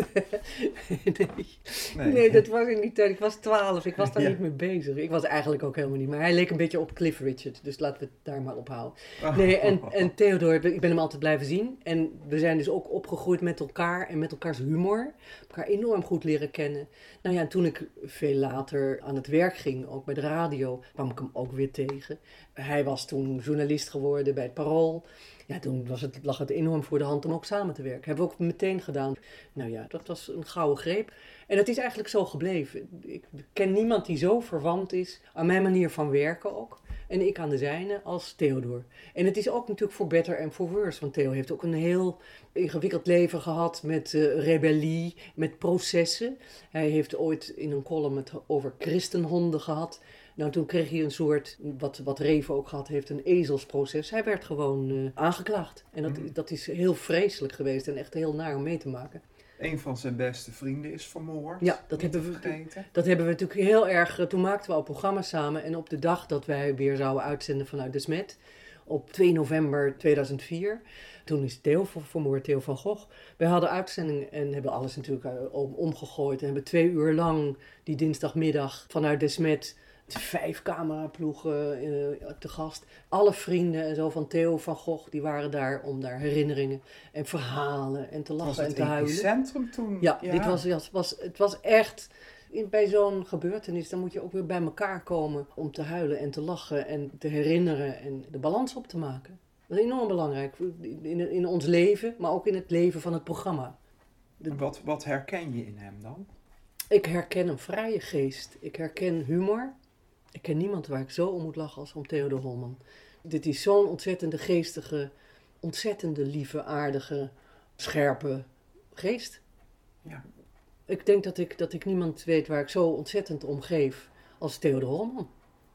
nee. Nee. nee, dat was in die tijd. Ik was twaalf. Ik was daar ja. niet mee bezig. Ik was eigenlijk ook helemaal niet. Maar hij leek een beetje op Cliff Richard. Dus laten we het daar maar op houden. Oh. Nee, en, en Theodor, ik ben hem altijd blijven zien. En we zijn dus ook opgegroeid met elkaar en met elkaars humor. Elkaar enorm goed leren kennen. Nou ja, en toen ik veel later aan het werk ging, ook bij de radio, kwam ik hem ook weer tegen. Hij was toen journalist geworden bij het Parool. Ja, toen was het, lag het enorm voor de hand om ook samen te werken. Hebben we ook meteen gedaan. Nou ja, dat was een gouden greep. En dat is eigenlijk zo gebleven. Ik ken niemand die zo verwant is aan mijn manier van werken ook. En ik aan de zijne als Theodor. En het is ook natuurlijk voor better en for worse. Want Theo heeft ook een heel ingewikkeld leven gehad met uh, rebellie, met processen. Hij heeft ooit in een column het over christenhonden gehad. Nou, toen kreeg hij een soort, wat, wat Reven ook gehad heeft, een ezelsproces. Hij werd gewoon uh, aangeklaagd. En dat, mm. dat is heel vreselijk geweest en echt heel naar om mee te maken. Een van zijn beste vrienden is vermoord. Ja, dat hebben we vergeten. Dat hebben we natuurlijk heel erg. Toen maakten we al programma's samen. En op de dag dat wij weer zouden uitzenden vanuit Desmet, op twee november tweeduizend vier, toen is Theo vermoord, Theo van Gogh. Wij hadden uitzending en hebben alles natuurlijk omgegooid. En hebben twee uur lang die dinsdagmiddag vanuit Desmet vijf cameraploegen uh, te gast. Alle vrienden en zo van Theo van Gogh, die waren daar om daar herinneringen en verhalen en te lachen en te huilen. Was het epicentrum toen? Ja, ja. Dit was, ja, het, was, het was echt, in, bij zo'n gebeurtenis, dan moet je ook weer bij elkaar komen om te huilen en te lachen en te herinneren en de balans op te maken. Dat is enorm belangrijk in, in ons leven, maar ook in het leven van het programma. De... Wat, wat herken je in hem dan? Ik herken een vrije geest. Ik herken humor. Ik ken niemand waar ik zo om moet lachen als om Theodor Holman. Dit is zo'n ontzettende geestige, ontzettende lieve, aardige, scherpe geest. Ja. Ik denk dat ik, dat ik niemand weet waar ik zo ontzettend om geef als Theodor Holman.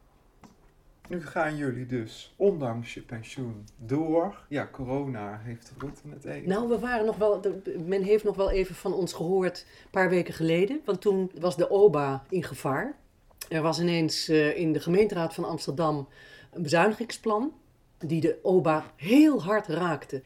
Nu gaan jullie dus, ondanks je pensioen, door. Ja, corona heeft roet in het eten. Nou, we waren nog wel, men heeft nog wel even van ons gehoord een paar weken geleden. Want toen was de O B A in gevaar. Er was ineens uh, in de gemeenteraad van Amsterdam een bezuinigingsplan die de O B A heel hard raakte.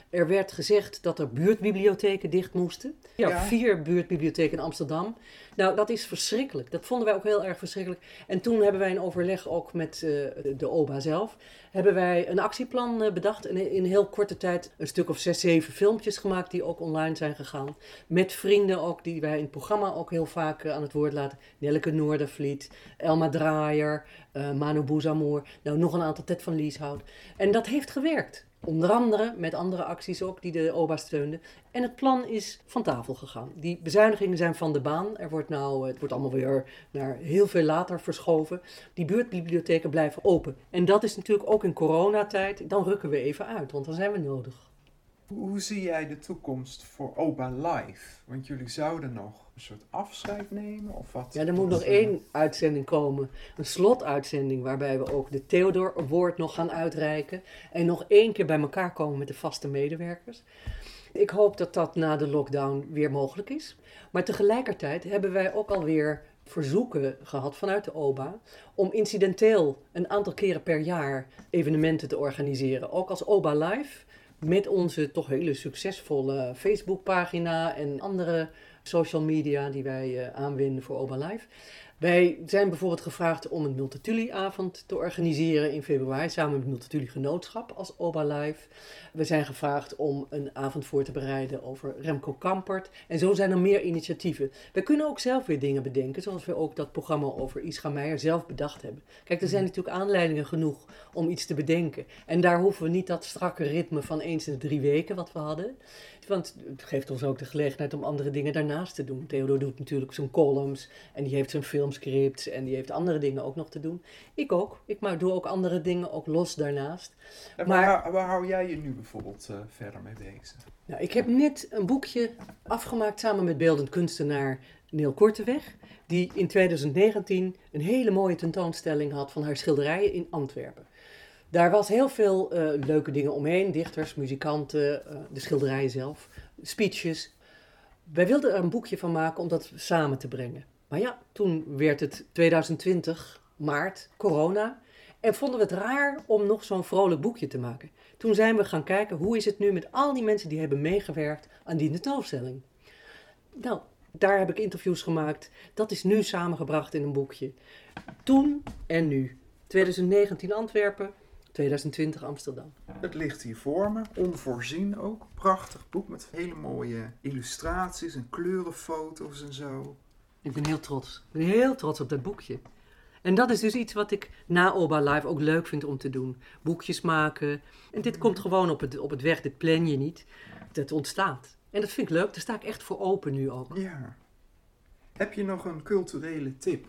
Er werd gezegd dat er buurtbibliotheken dicht moesten. Ja, Ja. vier buurtbibliotheken in Amsterdam. Nou, dat is verschrikkelijk. Dat vonden wij ook heel erg verschrikkelijk. En toen hebben wij in overleg ook met uh, de O B A zelf, hebben wij een actieplan uh, bedacht. En in heel korte tijd een stuk of zes, zeven filmpjes gemaakt die ook online zijn gegaan. Met vrienden ook, die wij in het programma ook heel vaak uh, aan het woord laten. Nelleke Noordervliet, Elma Draaier, uh, Manu Boezamoer. Nou, nog een aantal, Ted van Lieshout. En dat heeft gewerkt. Onder andere met andere acties ook die de O B A steunde. En het plan is van tafel gegaan. Die bezuinigingen zijn van de baan. Er wordt nou, het wordt allemaal weer naar heel veel later verschoven. Die buurtbibliotheken blijven open. En dat is natuurlijk ook in coronatijd. Dan rukken we even uit, want dan zijn we nodig. Hoe zie jij de toekomst voor O B A Live? Want jullie zouden nog een soort afscheid nemen of wat? Ja, er moet nog één uitzending komen. Een slotuitzending waarbij we ook de Theodor Award nog gaan uitreiken. En nog één keer bij elkaar komen met de vaste medewerkers. Ik hoop dat dat na de lockdown weer mogelijk is. Maar tegelijkertijd hebben wij ook alweer verzoeken gehad vanuit de O B A om incidenteel een aantal keren per jaar evenementen te organiseren. Ook als O B A Live. Met onze toch hele succesvolle Facebookpagina en andere social media die wij uh, aanwenden voor O B A Live. Wij zijn bijvoorbeeld gevraagd om een Multatuli-avond te organiseren in februari samen met het Multatuli Genootschap als O B A Live. We zijn gevraagd om een avond voor te bereiden over Remco Kampert. En zo zijn er meer initiatieven. We kunnen ook zelf weer dingen bedenken, zoals we ook dat programma over Ischa Meijer zelf bedacht hebben. Kijk, er zijn natuurlijk aanleidingen genoeg om iets te bedenken. En daar hoeven we niet dat strakke ritme van eens in de drie weken wat we hadden. Want het geeft ons ook de gelegenheid om andere dingen daarnaast te doen. Theodor doet natuurlijk zijn columns en die heeft zijn filmscripts en die heeft andere dingen ook nog te doen. Ik ook. Ik maar doe ook andere dingen, ook los daarnaast. En Maar- waar, waar hou jij je nu bijvoorbeeld uh, verder mee bezig? Nou, ik heb net een boekje afgemaakt samen met beeldend kunstenaar Neel Korteweg, die in twintig negentien een hele mooie tentoonstelling had van haar schilderijen in Antwerpen. Daar was heel veel uh, leuke dingen omheen, dichters, muzikanten, uh, de schilderijen zelf, speeches. Wij wilden er een boekje van maken om dat samen te brengen. Maar ja, toen werd het twintig twintig, maart, corona. En vonden we het raar om nog zo'n vrolijk boekje te maken. Toen zijn we gaan kijken, hoe is het nu met al die mensen die hebben meegewerkt aan die tentoonstelling. Nou, daar heb ik interviews gemaakt. Dat is nu samengebracht in een boekje. Toen en nu. twintig negentien Antwerpen, twintig twintig Amsterdam. Het ligt hier voor me, onvoorzien ook. Prachtig boek met hele mooie illustraties en kleurenfoto's en zo. Ik ben heel trots. Ik ben heel trots op dat boekje. En dat is dus iets wat ik na O B A Live ook leuk vind om te doen. Boekjes maken. En dit komt gewoon op het, op het weg, dit plan je niet. Het ontstaat. En dat vind ik leuk, daar sta ik echt voor open nu ook. Ja. Heb je nog een culturele tip?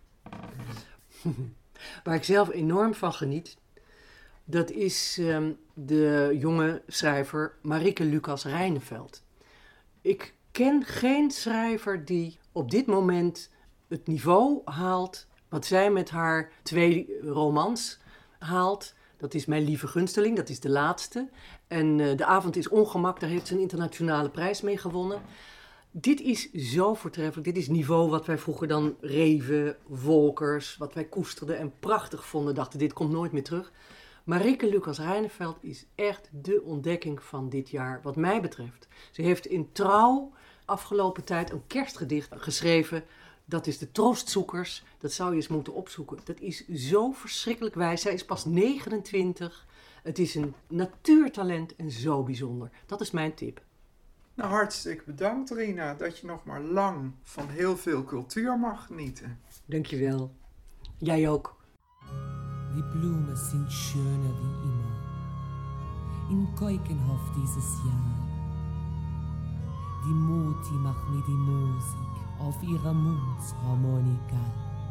Waar ik zelf enorm van geniet, dat is um, de jonge schrijver Marieke Lucas Rijneveld. Ik ken geen schrijver die op dit moment het niveau haalt wat zij met haar twee romans haalt. Dat is Mijn Lieve Gunsteling, dat is de laatste. En uh, De Avond is Ongemak, daar heeft ze een internationale prijs mee gewonnen. Dit is zo voortreffelijk. Dit is niveau wat wij vroeger dan Reven, Wolkers, wat wij koesterden en prachtig vonden. Dachten, dit komt nooit meer terug. Marieke Lucas Rijneveld is echt de ontdekking van dit jaar, wat mij betreft. Ze heeft in Trouw afgelopen tijd een kerstgedicht geschreven. Dat is De Troostzoekers. Dat zou je eens moeten opzoeken. Dat is zo verschrikkelijk wijs. Zij is pas negenentwintig. Het is een natuurtalent en zo bijzonder. Dat is mijn tip. Nou, hartstikke bedankt Rina, dat je nog maar lang van heel veel cultuur mag genieten. Dankjewel. Jij ook. Die Blumen sind schöner wie immer. In Keukenhof dieses Jahr. Die Mutti macht mir die Musik auf ihrer Mundharmonika.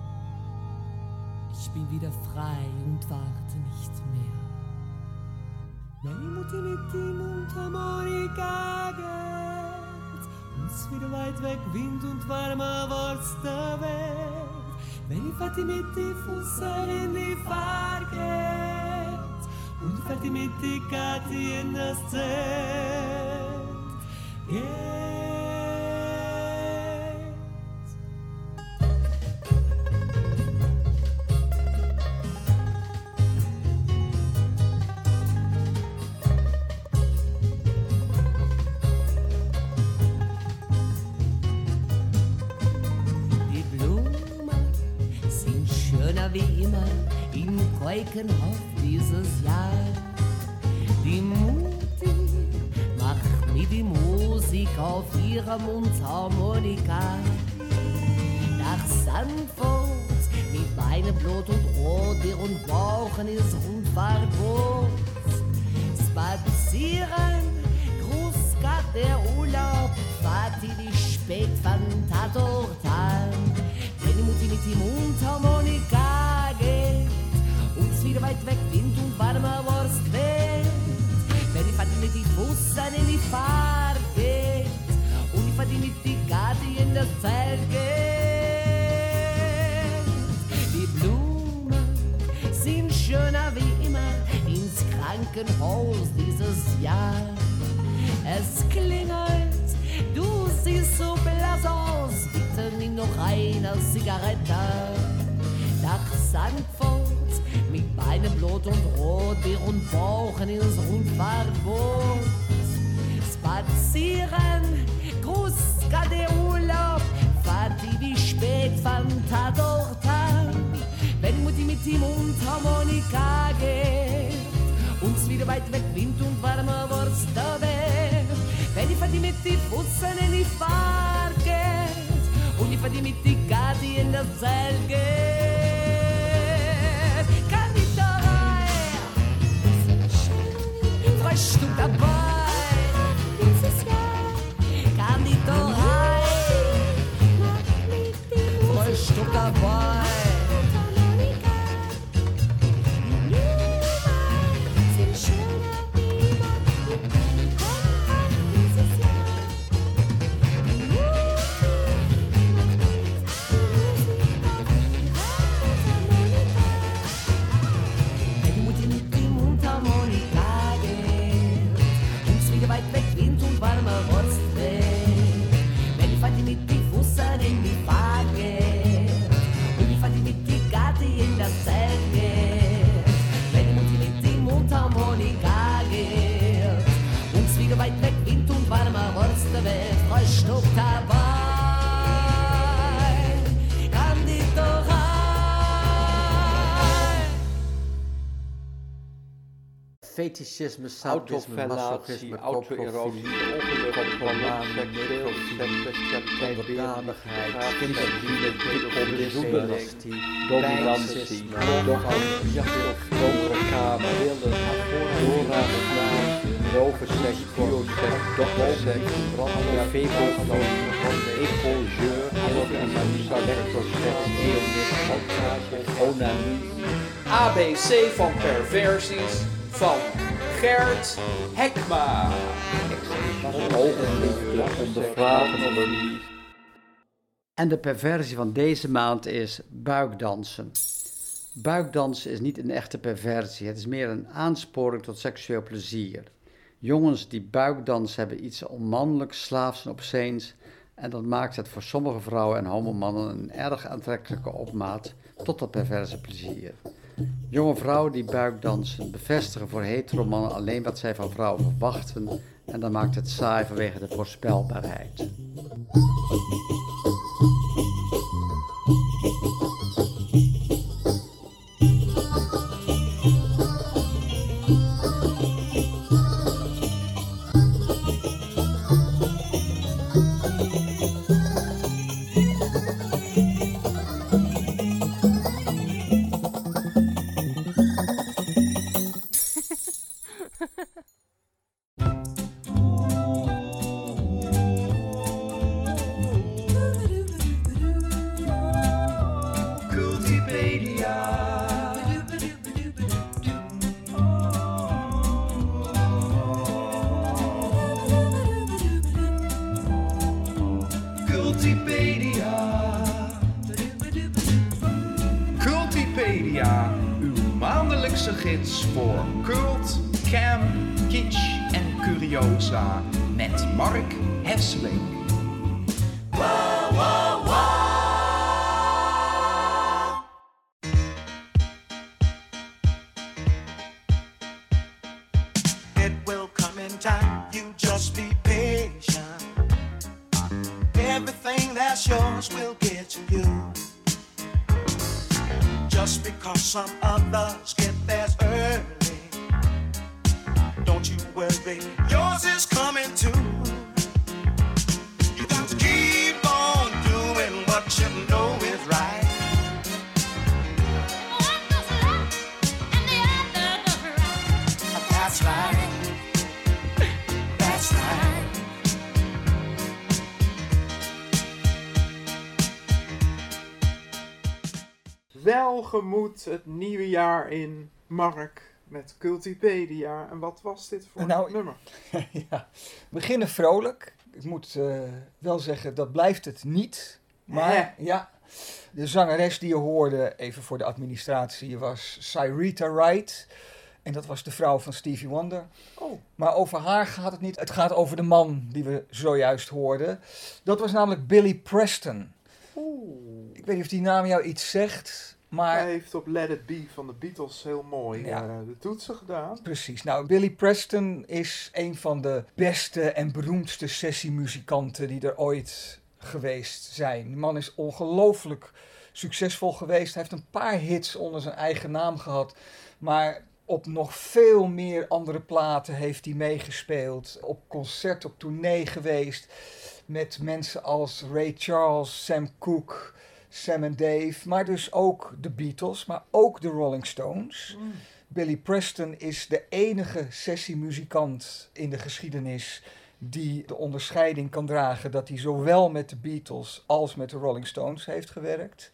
Ich bin wieder frei und warte nicht mehr. Wenn die Mutti mit die Mundharmonika geht, uns wieder weit weg Wind und warmer Wurst der Welt. Wenn die Vati mit die Fusser in die Fahrt geht und die Vati mit die Kathi in das Zelt geht. Keukenhof dieses Jahr. Die Mutti macht mit die Musik auf ihrer Mundharmonika. Nach Sandfurt mit Beine blut und rot, deren Bauchen ist Rundfahrtboot. Spazieren, Gruß Gott der Urlaub, Vati die spät von Tatortan. Wenn die Mutti mit die Mundharmonika geht, uns wieder weit weg Wind und warme Wurst weht. Wenn die Vati mit die Fussen in die Fahrt geht und die Vati mit die Gatti in das Zelt geht. Die Blumen sind schöner wie immer ins Krankenhaus dieses Jahr. Es klingelt, du siehst so blass aus, bitte nimm noch eine Zigarette. Nach Sandfurt mit Beinen blut und rot, deren Bauchen ins Rundfahrtboot. Spazieren, Gruß, der Urlaub, Vati wie spät von Tatortan. Wenn Mutti mit die Mundharmonika geht, uns wieder weit weg Wind und warme Wurst da weg. Wenn die Vati mit die Fussen in die Fahrt geht und die Vati mit die Gatti in das Zelt geht. Konditorei, zwei Stück dabei. Konditorei, zwei Stück dabei. Fetischisme, sadisme, masochisme, auto-erosie, ongeluk, onderdanigheid, kinderdienst, bezoekerstie, dominantie, donkere kamer, willen, doorraden, rovenseks, bioseks, dochterseks, veekofonie, ecogeur, electroseks, eonisme, onanie. A B C van perversies van Gert Hekma. En de perversie van deze maand is buikdansen. Buikdansen is niet een echte perversie, het is meer een aansporing tot seksueel plezier. Jongens die buikdansen hebben iets onmannelijks, slaafs en obsceens en dat maakt het voor sommige vrouwen en homomannen een erg aantrekkelijke opmaat tot dat perverse plezier. Jonge vrouwen die buikdansen bevestigen voor heteromannen alleen wat zij van vrouwen verwachten en dan maakt het saai vanwege de voorspelbaarheid. Cultipedia, uw maandelijkse gids voor cult, cam, kitsch en curiosa met Mark Hesseling. Wow, wow, wow. It will come in time, you just be patient. Everything that's yours will get to you. just because some others get theirs early. Don't you worry, yours is coming too. You got to keep on doing what you know is right. One does left and the other does right. That's right. That's right. Welgemoed het nieuwe jaar in, Mark, met Cultipedia. En wat was dit voor Nou, nummer? Ja, we beginnen vrolijk. Ik moet uh, wel zeggen, dat blijft het niet. Maar Hè? ja, de zangeres die je hoorde, even voor de administratie, was Cyrita Wright. En dat was de vrouw van Stevie Wonder. Oh. Maar over haar gaat het niet. Het gaat over de man die we zojuist hoorden. Dat was namelijk Billy Preston. Oeh. Ik weet niet of die naam jou iets zegt, maar... Hij heeft op Let It Be van de Beatles heel mooi Ja. uh, de toetsen gedaan. Precies. Nou, Billy Preston is een van de beste en beroemdste sessiemuzikanten die er ooit geweest zijn. Die man is ongelooflijk succesvol geweest. Hij heeft een paar hits onder zijn eigen naam gehad, maar op nog veel meer andere platen heeft hij meegespeeld. Op concert, op tournee geweest met mensen als Ray Charles, Sam Cooke, Sam en Dave, maar dus ook de Beatles, maar ook de Rolling Stones. Mm. Billy Preston is de enige sessiemuzikant in de geschiedenis die de onderscheiding kan dragen dat hij zowel met de Beatles als met de Rolling Stones heeft gewerkt.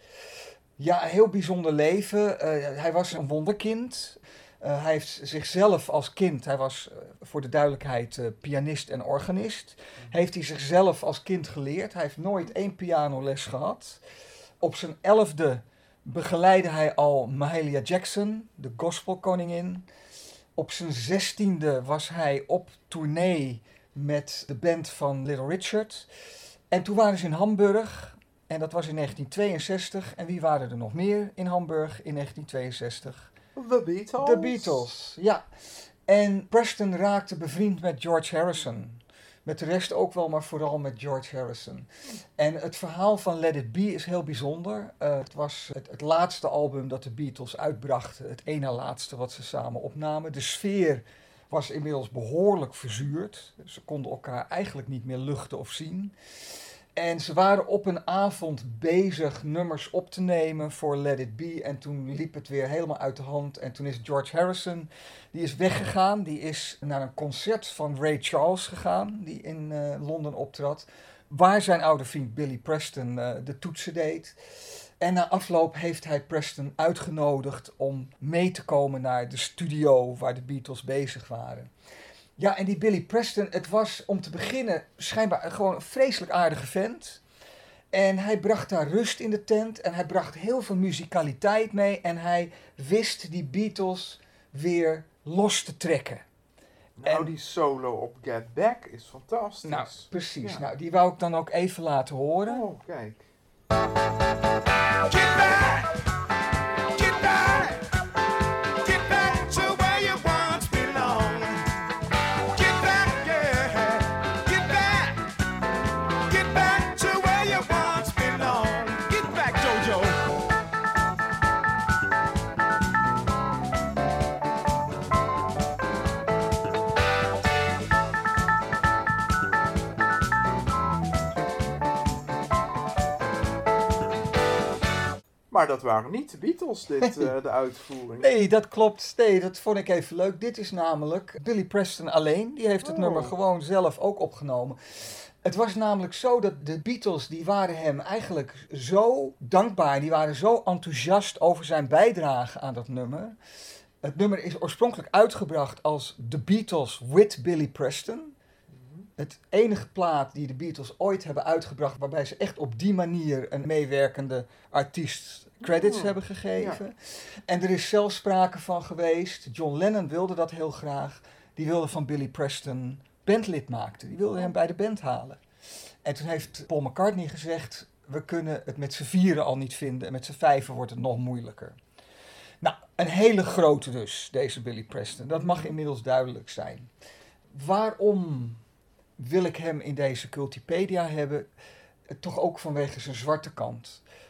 Ja, een heel bijzonder leven. Uh, hij was een wonderkind. Uh, hij heeft zichzelf als kind, hij was uh, voor de duidelijkheid uh, pianist en organist, heeft hij zichzelf als kind geleerd. Hij heeft nooit één pianoles gehad. Op zijn elfde begeleidde hij al Mahalia Jackson, de gospelkoningin. Op zijn zestiende was hij op tournee met de band van Little Richard. En toen waren ze in Hamburg, en dat was in negentien tweeënzestig. En wie waren er nog meer in Hamburg in negentien tweeënzestig? The Beatles. De Beatles, ja. En Preston raakte bevriend met George Harrison. Met de rest ook wel, maar vooral met George Harrison. En het verhaal van Let It Be is heel bijzonder. Uh, het was het, het laatste album dat de Beatles uitbrachten. Het ene laatste wat ze samen opnamen. De sfeer was inmiddels behoorlijk verzuurd. Ze konden elkaar eigenlijk niet meer luchten of zien. En ze waren op een avond bezig nummers op te nemen voor Let It Be. En toen liep het weer helemaal uit de hand. En toen is George Harrison, die is weggegaan. Die is naar een concert van Ray Charles gegaan, die in uh, Londen optrad. Waar zijn oude vriend Billy Preston uh, de toetsen deed. En na afloop heeft hij Preston uitgenodigd om mee te komen naar de studio waar de Beatles bezig waren. Ja, en die Billy Preston, het was om te beginnen schijnbaar gewoon een vreselijk aardige vent. En hij bracht daar rust in de tent en hij bracht heel veel muzikaliteit mee. En hij wist die Beatles weer los te trekken. Nou, en, die solo op Get Back is fantastisch. Nou, precies. Ja. Nou, die wou ik dan ook even laten horen. Oh, kijk. Get back, get back, get back to where you once belonged. Get back, yeah, get back, get back to where you once belonged. Get back, Jojo. Maar dat waren niet de Beatles, dit, uh, de uitvoering. Nee, dat klopt. Nee, dat vond ik even leuk. Dit is namelijk Billy Preston alleen. Die heeft het Oh. nummer gewoon zelf ook opgenomen. Het was namelijk zo dat de Beatles, die waren hem eigenlijk zo dankbaar. Die waren zo enthousiast over zijn bijdrage aan dat nummer. Het nummer is oorspronkelijk uitgebracht als The Beatles with Billy Preston. Het enige plaat die de Beatles ooit hebben uitgebracht waarbij ze echt op die manier een meewerkende artiest credits Oh, hebben gegeven. ja. En er is zelfs sprake van geweest, John Lennon wilde dat heel graag, die wilde van Billy Preston bandlid maken. Die wilde hem bij de band halen. En toen heeft Paul McCartney gezegd, we kunnen het met z'n vieren al niet vinden en met z'n vijven wordt het nog moeilijker. Nou, een hele grote dus, deze Billy Preston. Dat mag inmiddels duidelijk zijn. Waarom wil ik hem in deze Cultipedia hebben? Toch ook vanwege zijn zwarte kant.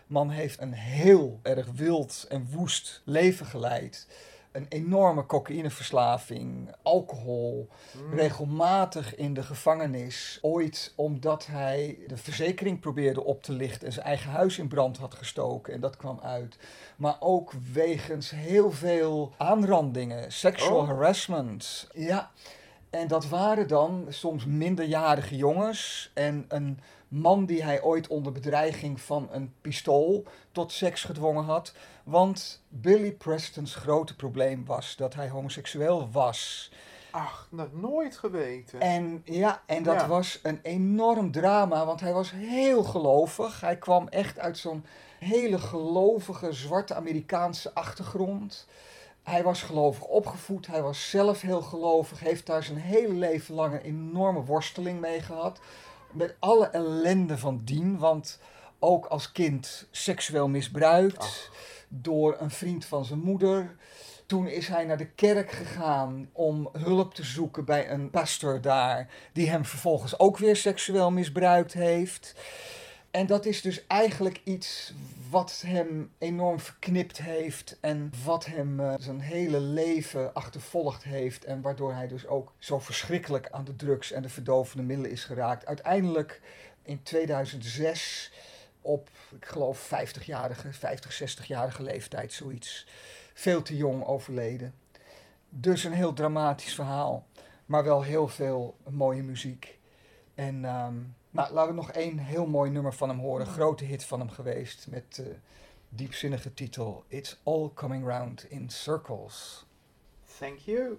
Man heeft een heel erg wild en woest leven geleid. Een enorme cocaïneverslaving, alcohol, mm. regelmatig in de gevangenis. Ooit omdat hij de verzekering probeerde op te lichten en zijn eigen huis in brand had gestoken en dat kwam uit. Maar ook wegens heel veel aanrandingen, sexual oh. harassment. Ja, en dat waren dan soms minderjarige jongens en een man die hij ooit onder bedreiging van een pistool tot seks gedwongen had. Want Billy Preston's grote probleem was dat hij homoseksueel was. Ach, dat nooit geweten. En ja, en dat ja. was een enorm drama, want hij was heel gelovig. Hij kwam echt uit zo'n hele gelovige zwarte Amerikaanse achtergrond. Hij was gelovig opgevoed, hij was zelf heel gelovig, heeft daar zijn hele leven lang een enorme worsteling mee gehad. Met alle ellende van dien, want ook als kind seksueel misbruikt Ach. door een vriend van zijn moeder. Toen is hij naar de kerk gegaan om hulp te zoeken bij een pastor daar, die hem vervolgens ook weer seksueel misbruikt heeft. En dat is dus eigenlijk iets wat hem enorm verknipt heeft en wat hem uh, zijn hele leven achtervolgd heeft en waardoor hij dus ook zo verschrikkelijk aan de drugs en de verdovende middelen is geraakt. Uiteindelijk in tweeduizend zes op, ik geloof, vijftigjarige, vijftig, zestigjarige leeftijd, zoiets. Veel te jong overleden. Dus een heel dramatisch verhaal, maar wel heel veel mooie muziek. En um, nou, laten we nog één heel mooi nummer van hem horen. Grote hit van hem geweest met de uh, diepzinnige titel It's All Coming Round in Circles. Thank you.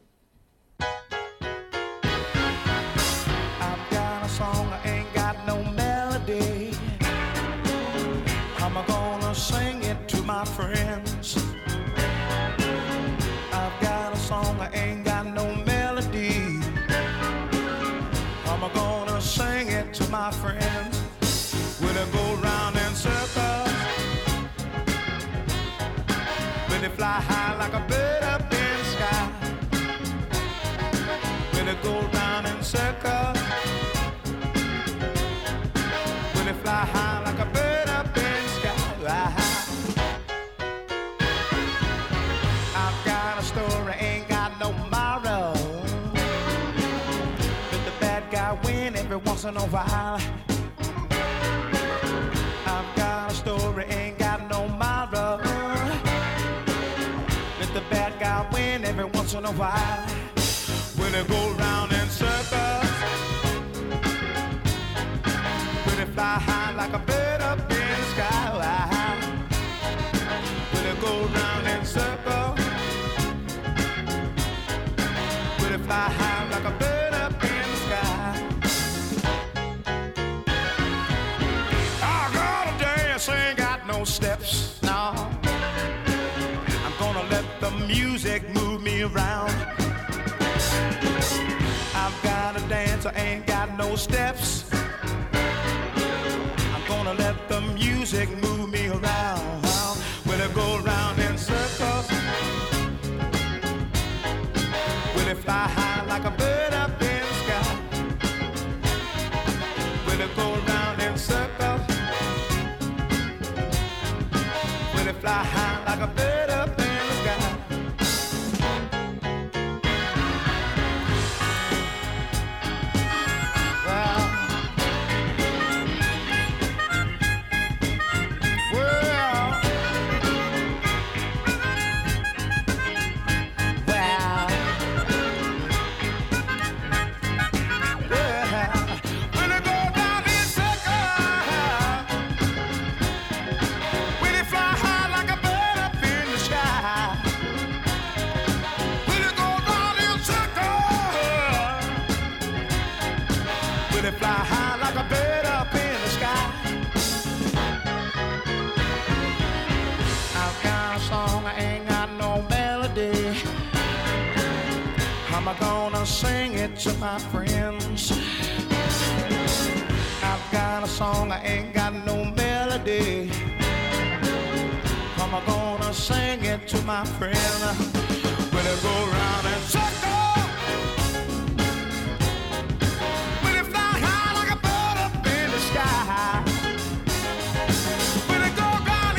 I've got a song, I ain't got no melody. I'm gonna sing it to my friends. I've got a song, I ain't got no melody. I'm gonna sing it to my friends. Will it go round in circles? Will it fly high like a bird up in the sky? Will it go round in circles? Will it fly high like a bird up in the sky? I've got a story, ain't got no moral. Let the bad guy win every once in a while. I've got a story, ain't got no moral. Let the bad guy win every once in a while. Will it go round in circles? Will it fly high like a bird up in the sky? Will it go round in circles? Will it fly high like a bird up in the sky? I gotta dance, ain't got no steps, no. I'm gonna let the music move me around. I've gotta dance, I ain't got no steps. I'm gonna let the music move me around. Will it go round in circles? Will it fly high like a bird up in the sky? Will it go round in circles? Will it fly high like a bird up in the sky? Well, well, well. Fly high like a bird up in the sky. I've got a song, I ain't got no melody. I'm gonna sing it to my friends. I've got a song, I ain't got no melody. I'm gonna sing it to my friend. Will it go round and circle? Will it go round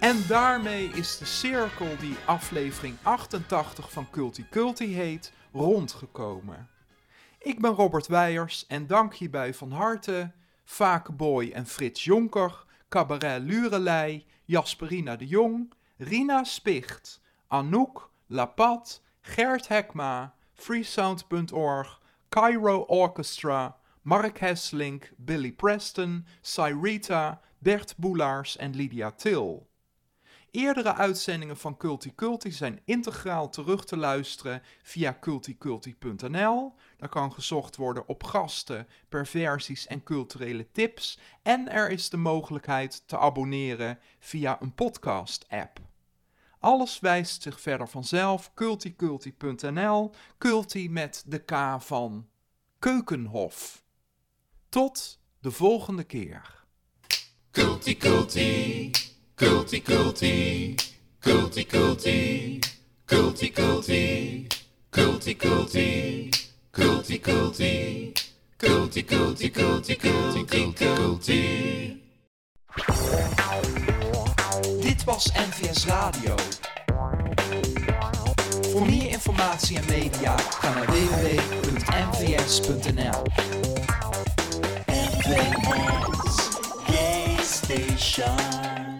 En daarmee is de cirkel die aflevering achtentachtig van Culti Culti heet, rondgekomen. Ik ben Robert Weijers en dank hierbij van harte Vakeboy en Frits Jonker, Cabaret Lurelei, Jasperina de Jong, Rina Spicht, Anouk, Lapat, Gert Hekma, freesound punt org, Cairo Orchestra, Mark Hesselink, Billy Preston, Cyrita, Bert Boelaars en Lydia Til. Eerdere uitzendingen van Culti Culti zijn integraal terug te luisteren via culti culti punt n l. Daar kan gezocht worden op gasten, perversies en culturele tips. En er is de mogelijkheid te abonneren via een podcast-app. Alles wijst zich verder vanzelf, culti culti punt n l, Culti met de K van Keukenhof. Tot de volgende keer. Culti Culti, Culti Culti, Culti Culti, Culti Culti, Culti Culti, Culti Culti, Culti Culti, Culti Culti, Culti. Dit was N V S Radio. Voor meer informatie en media ga naar w w w punt n v s punt n l. N V S Gay Station.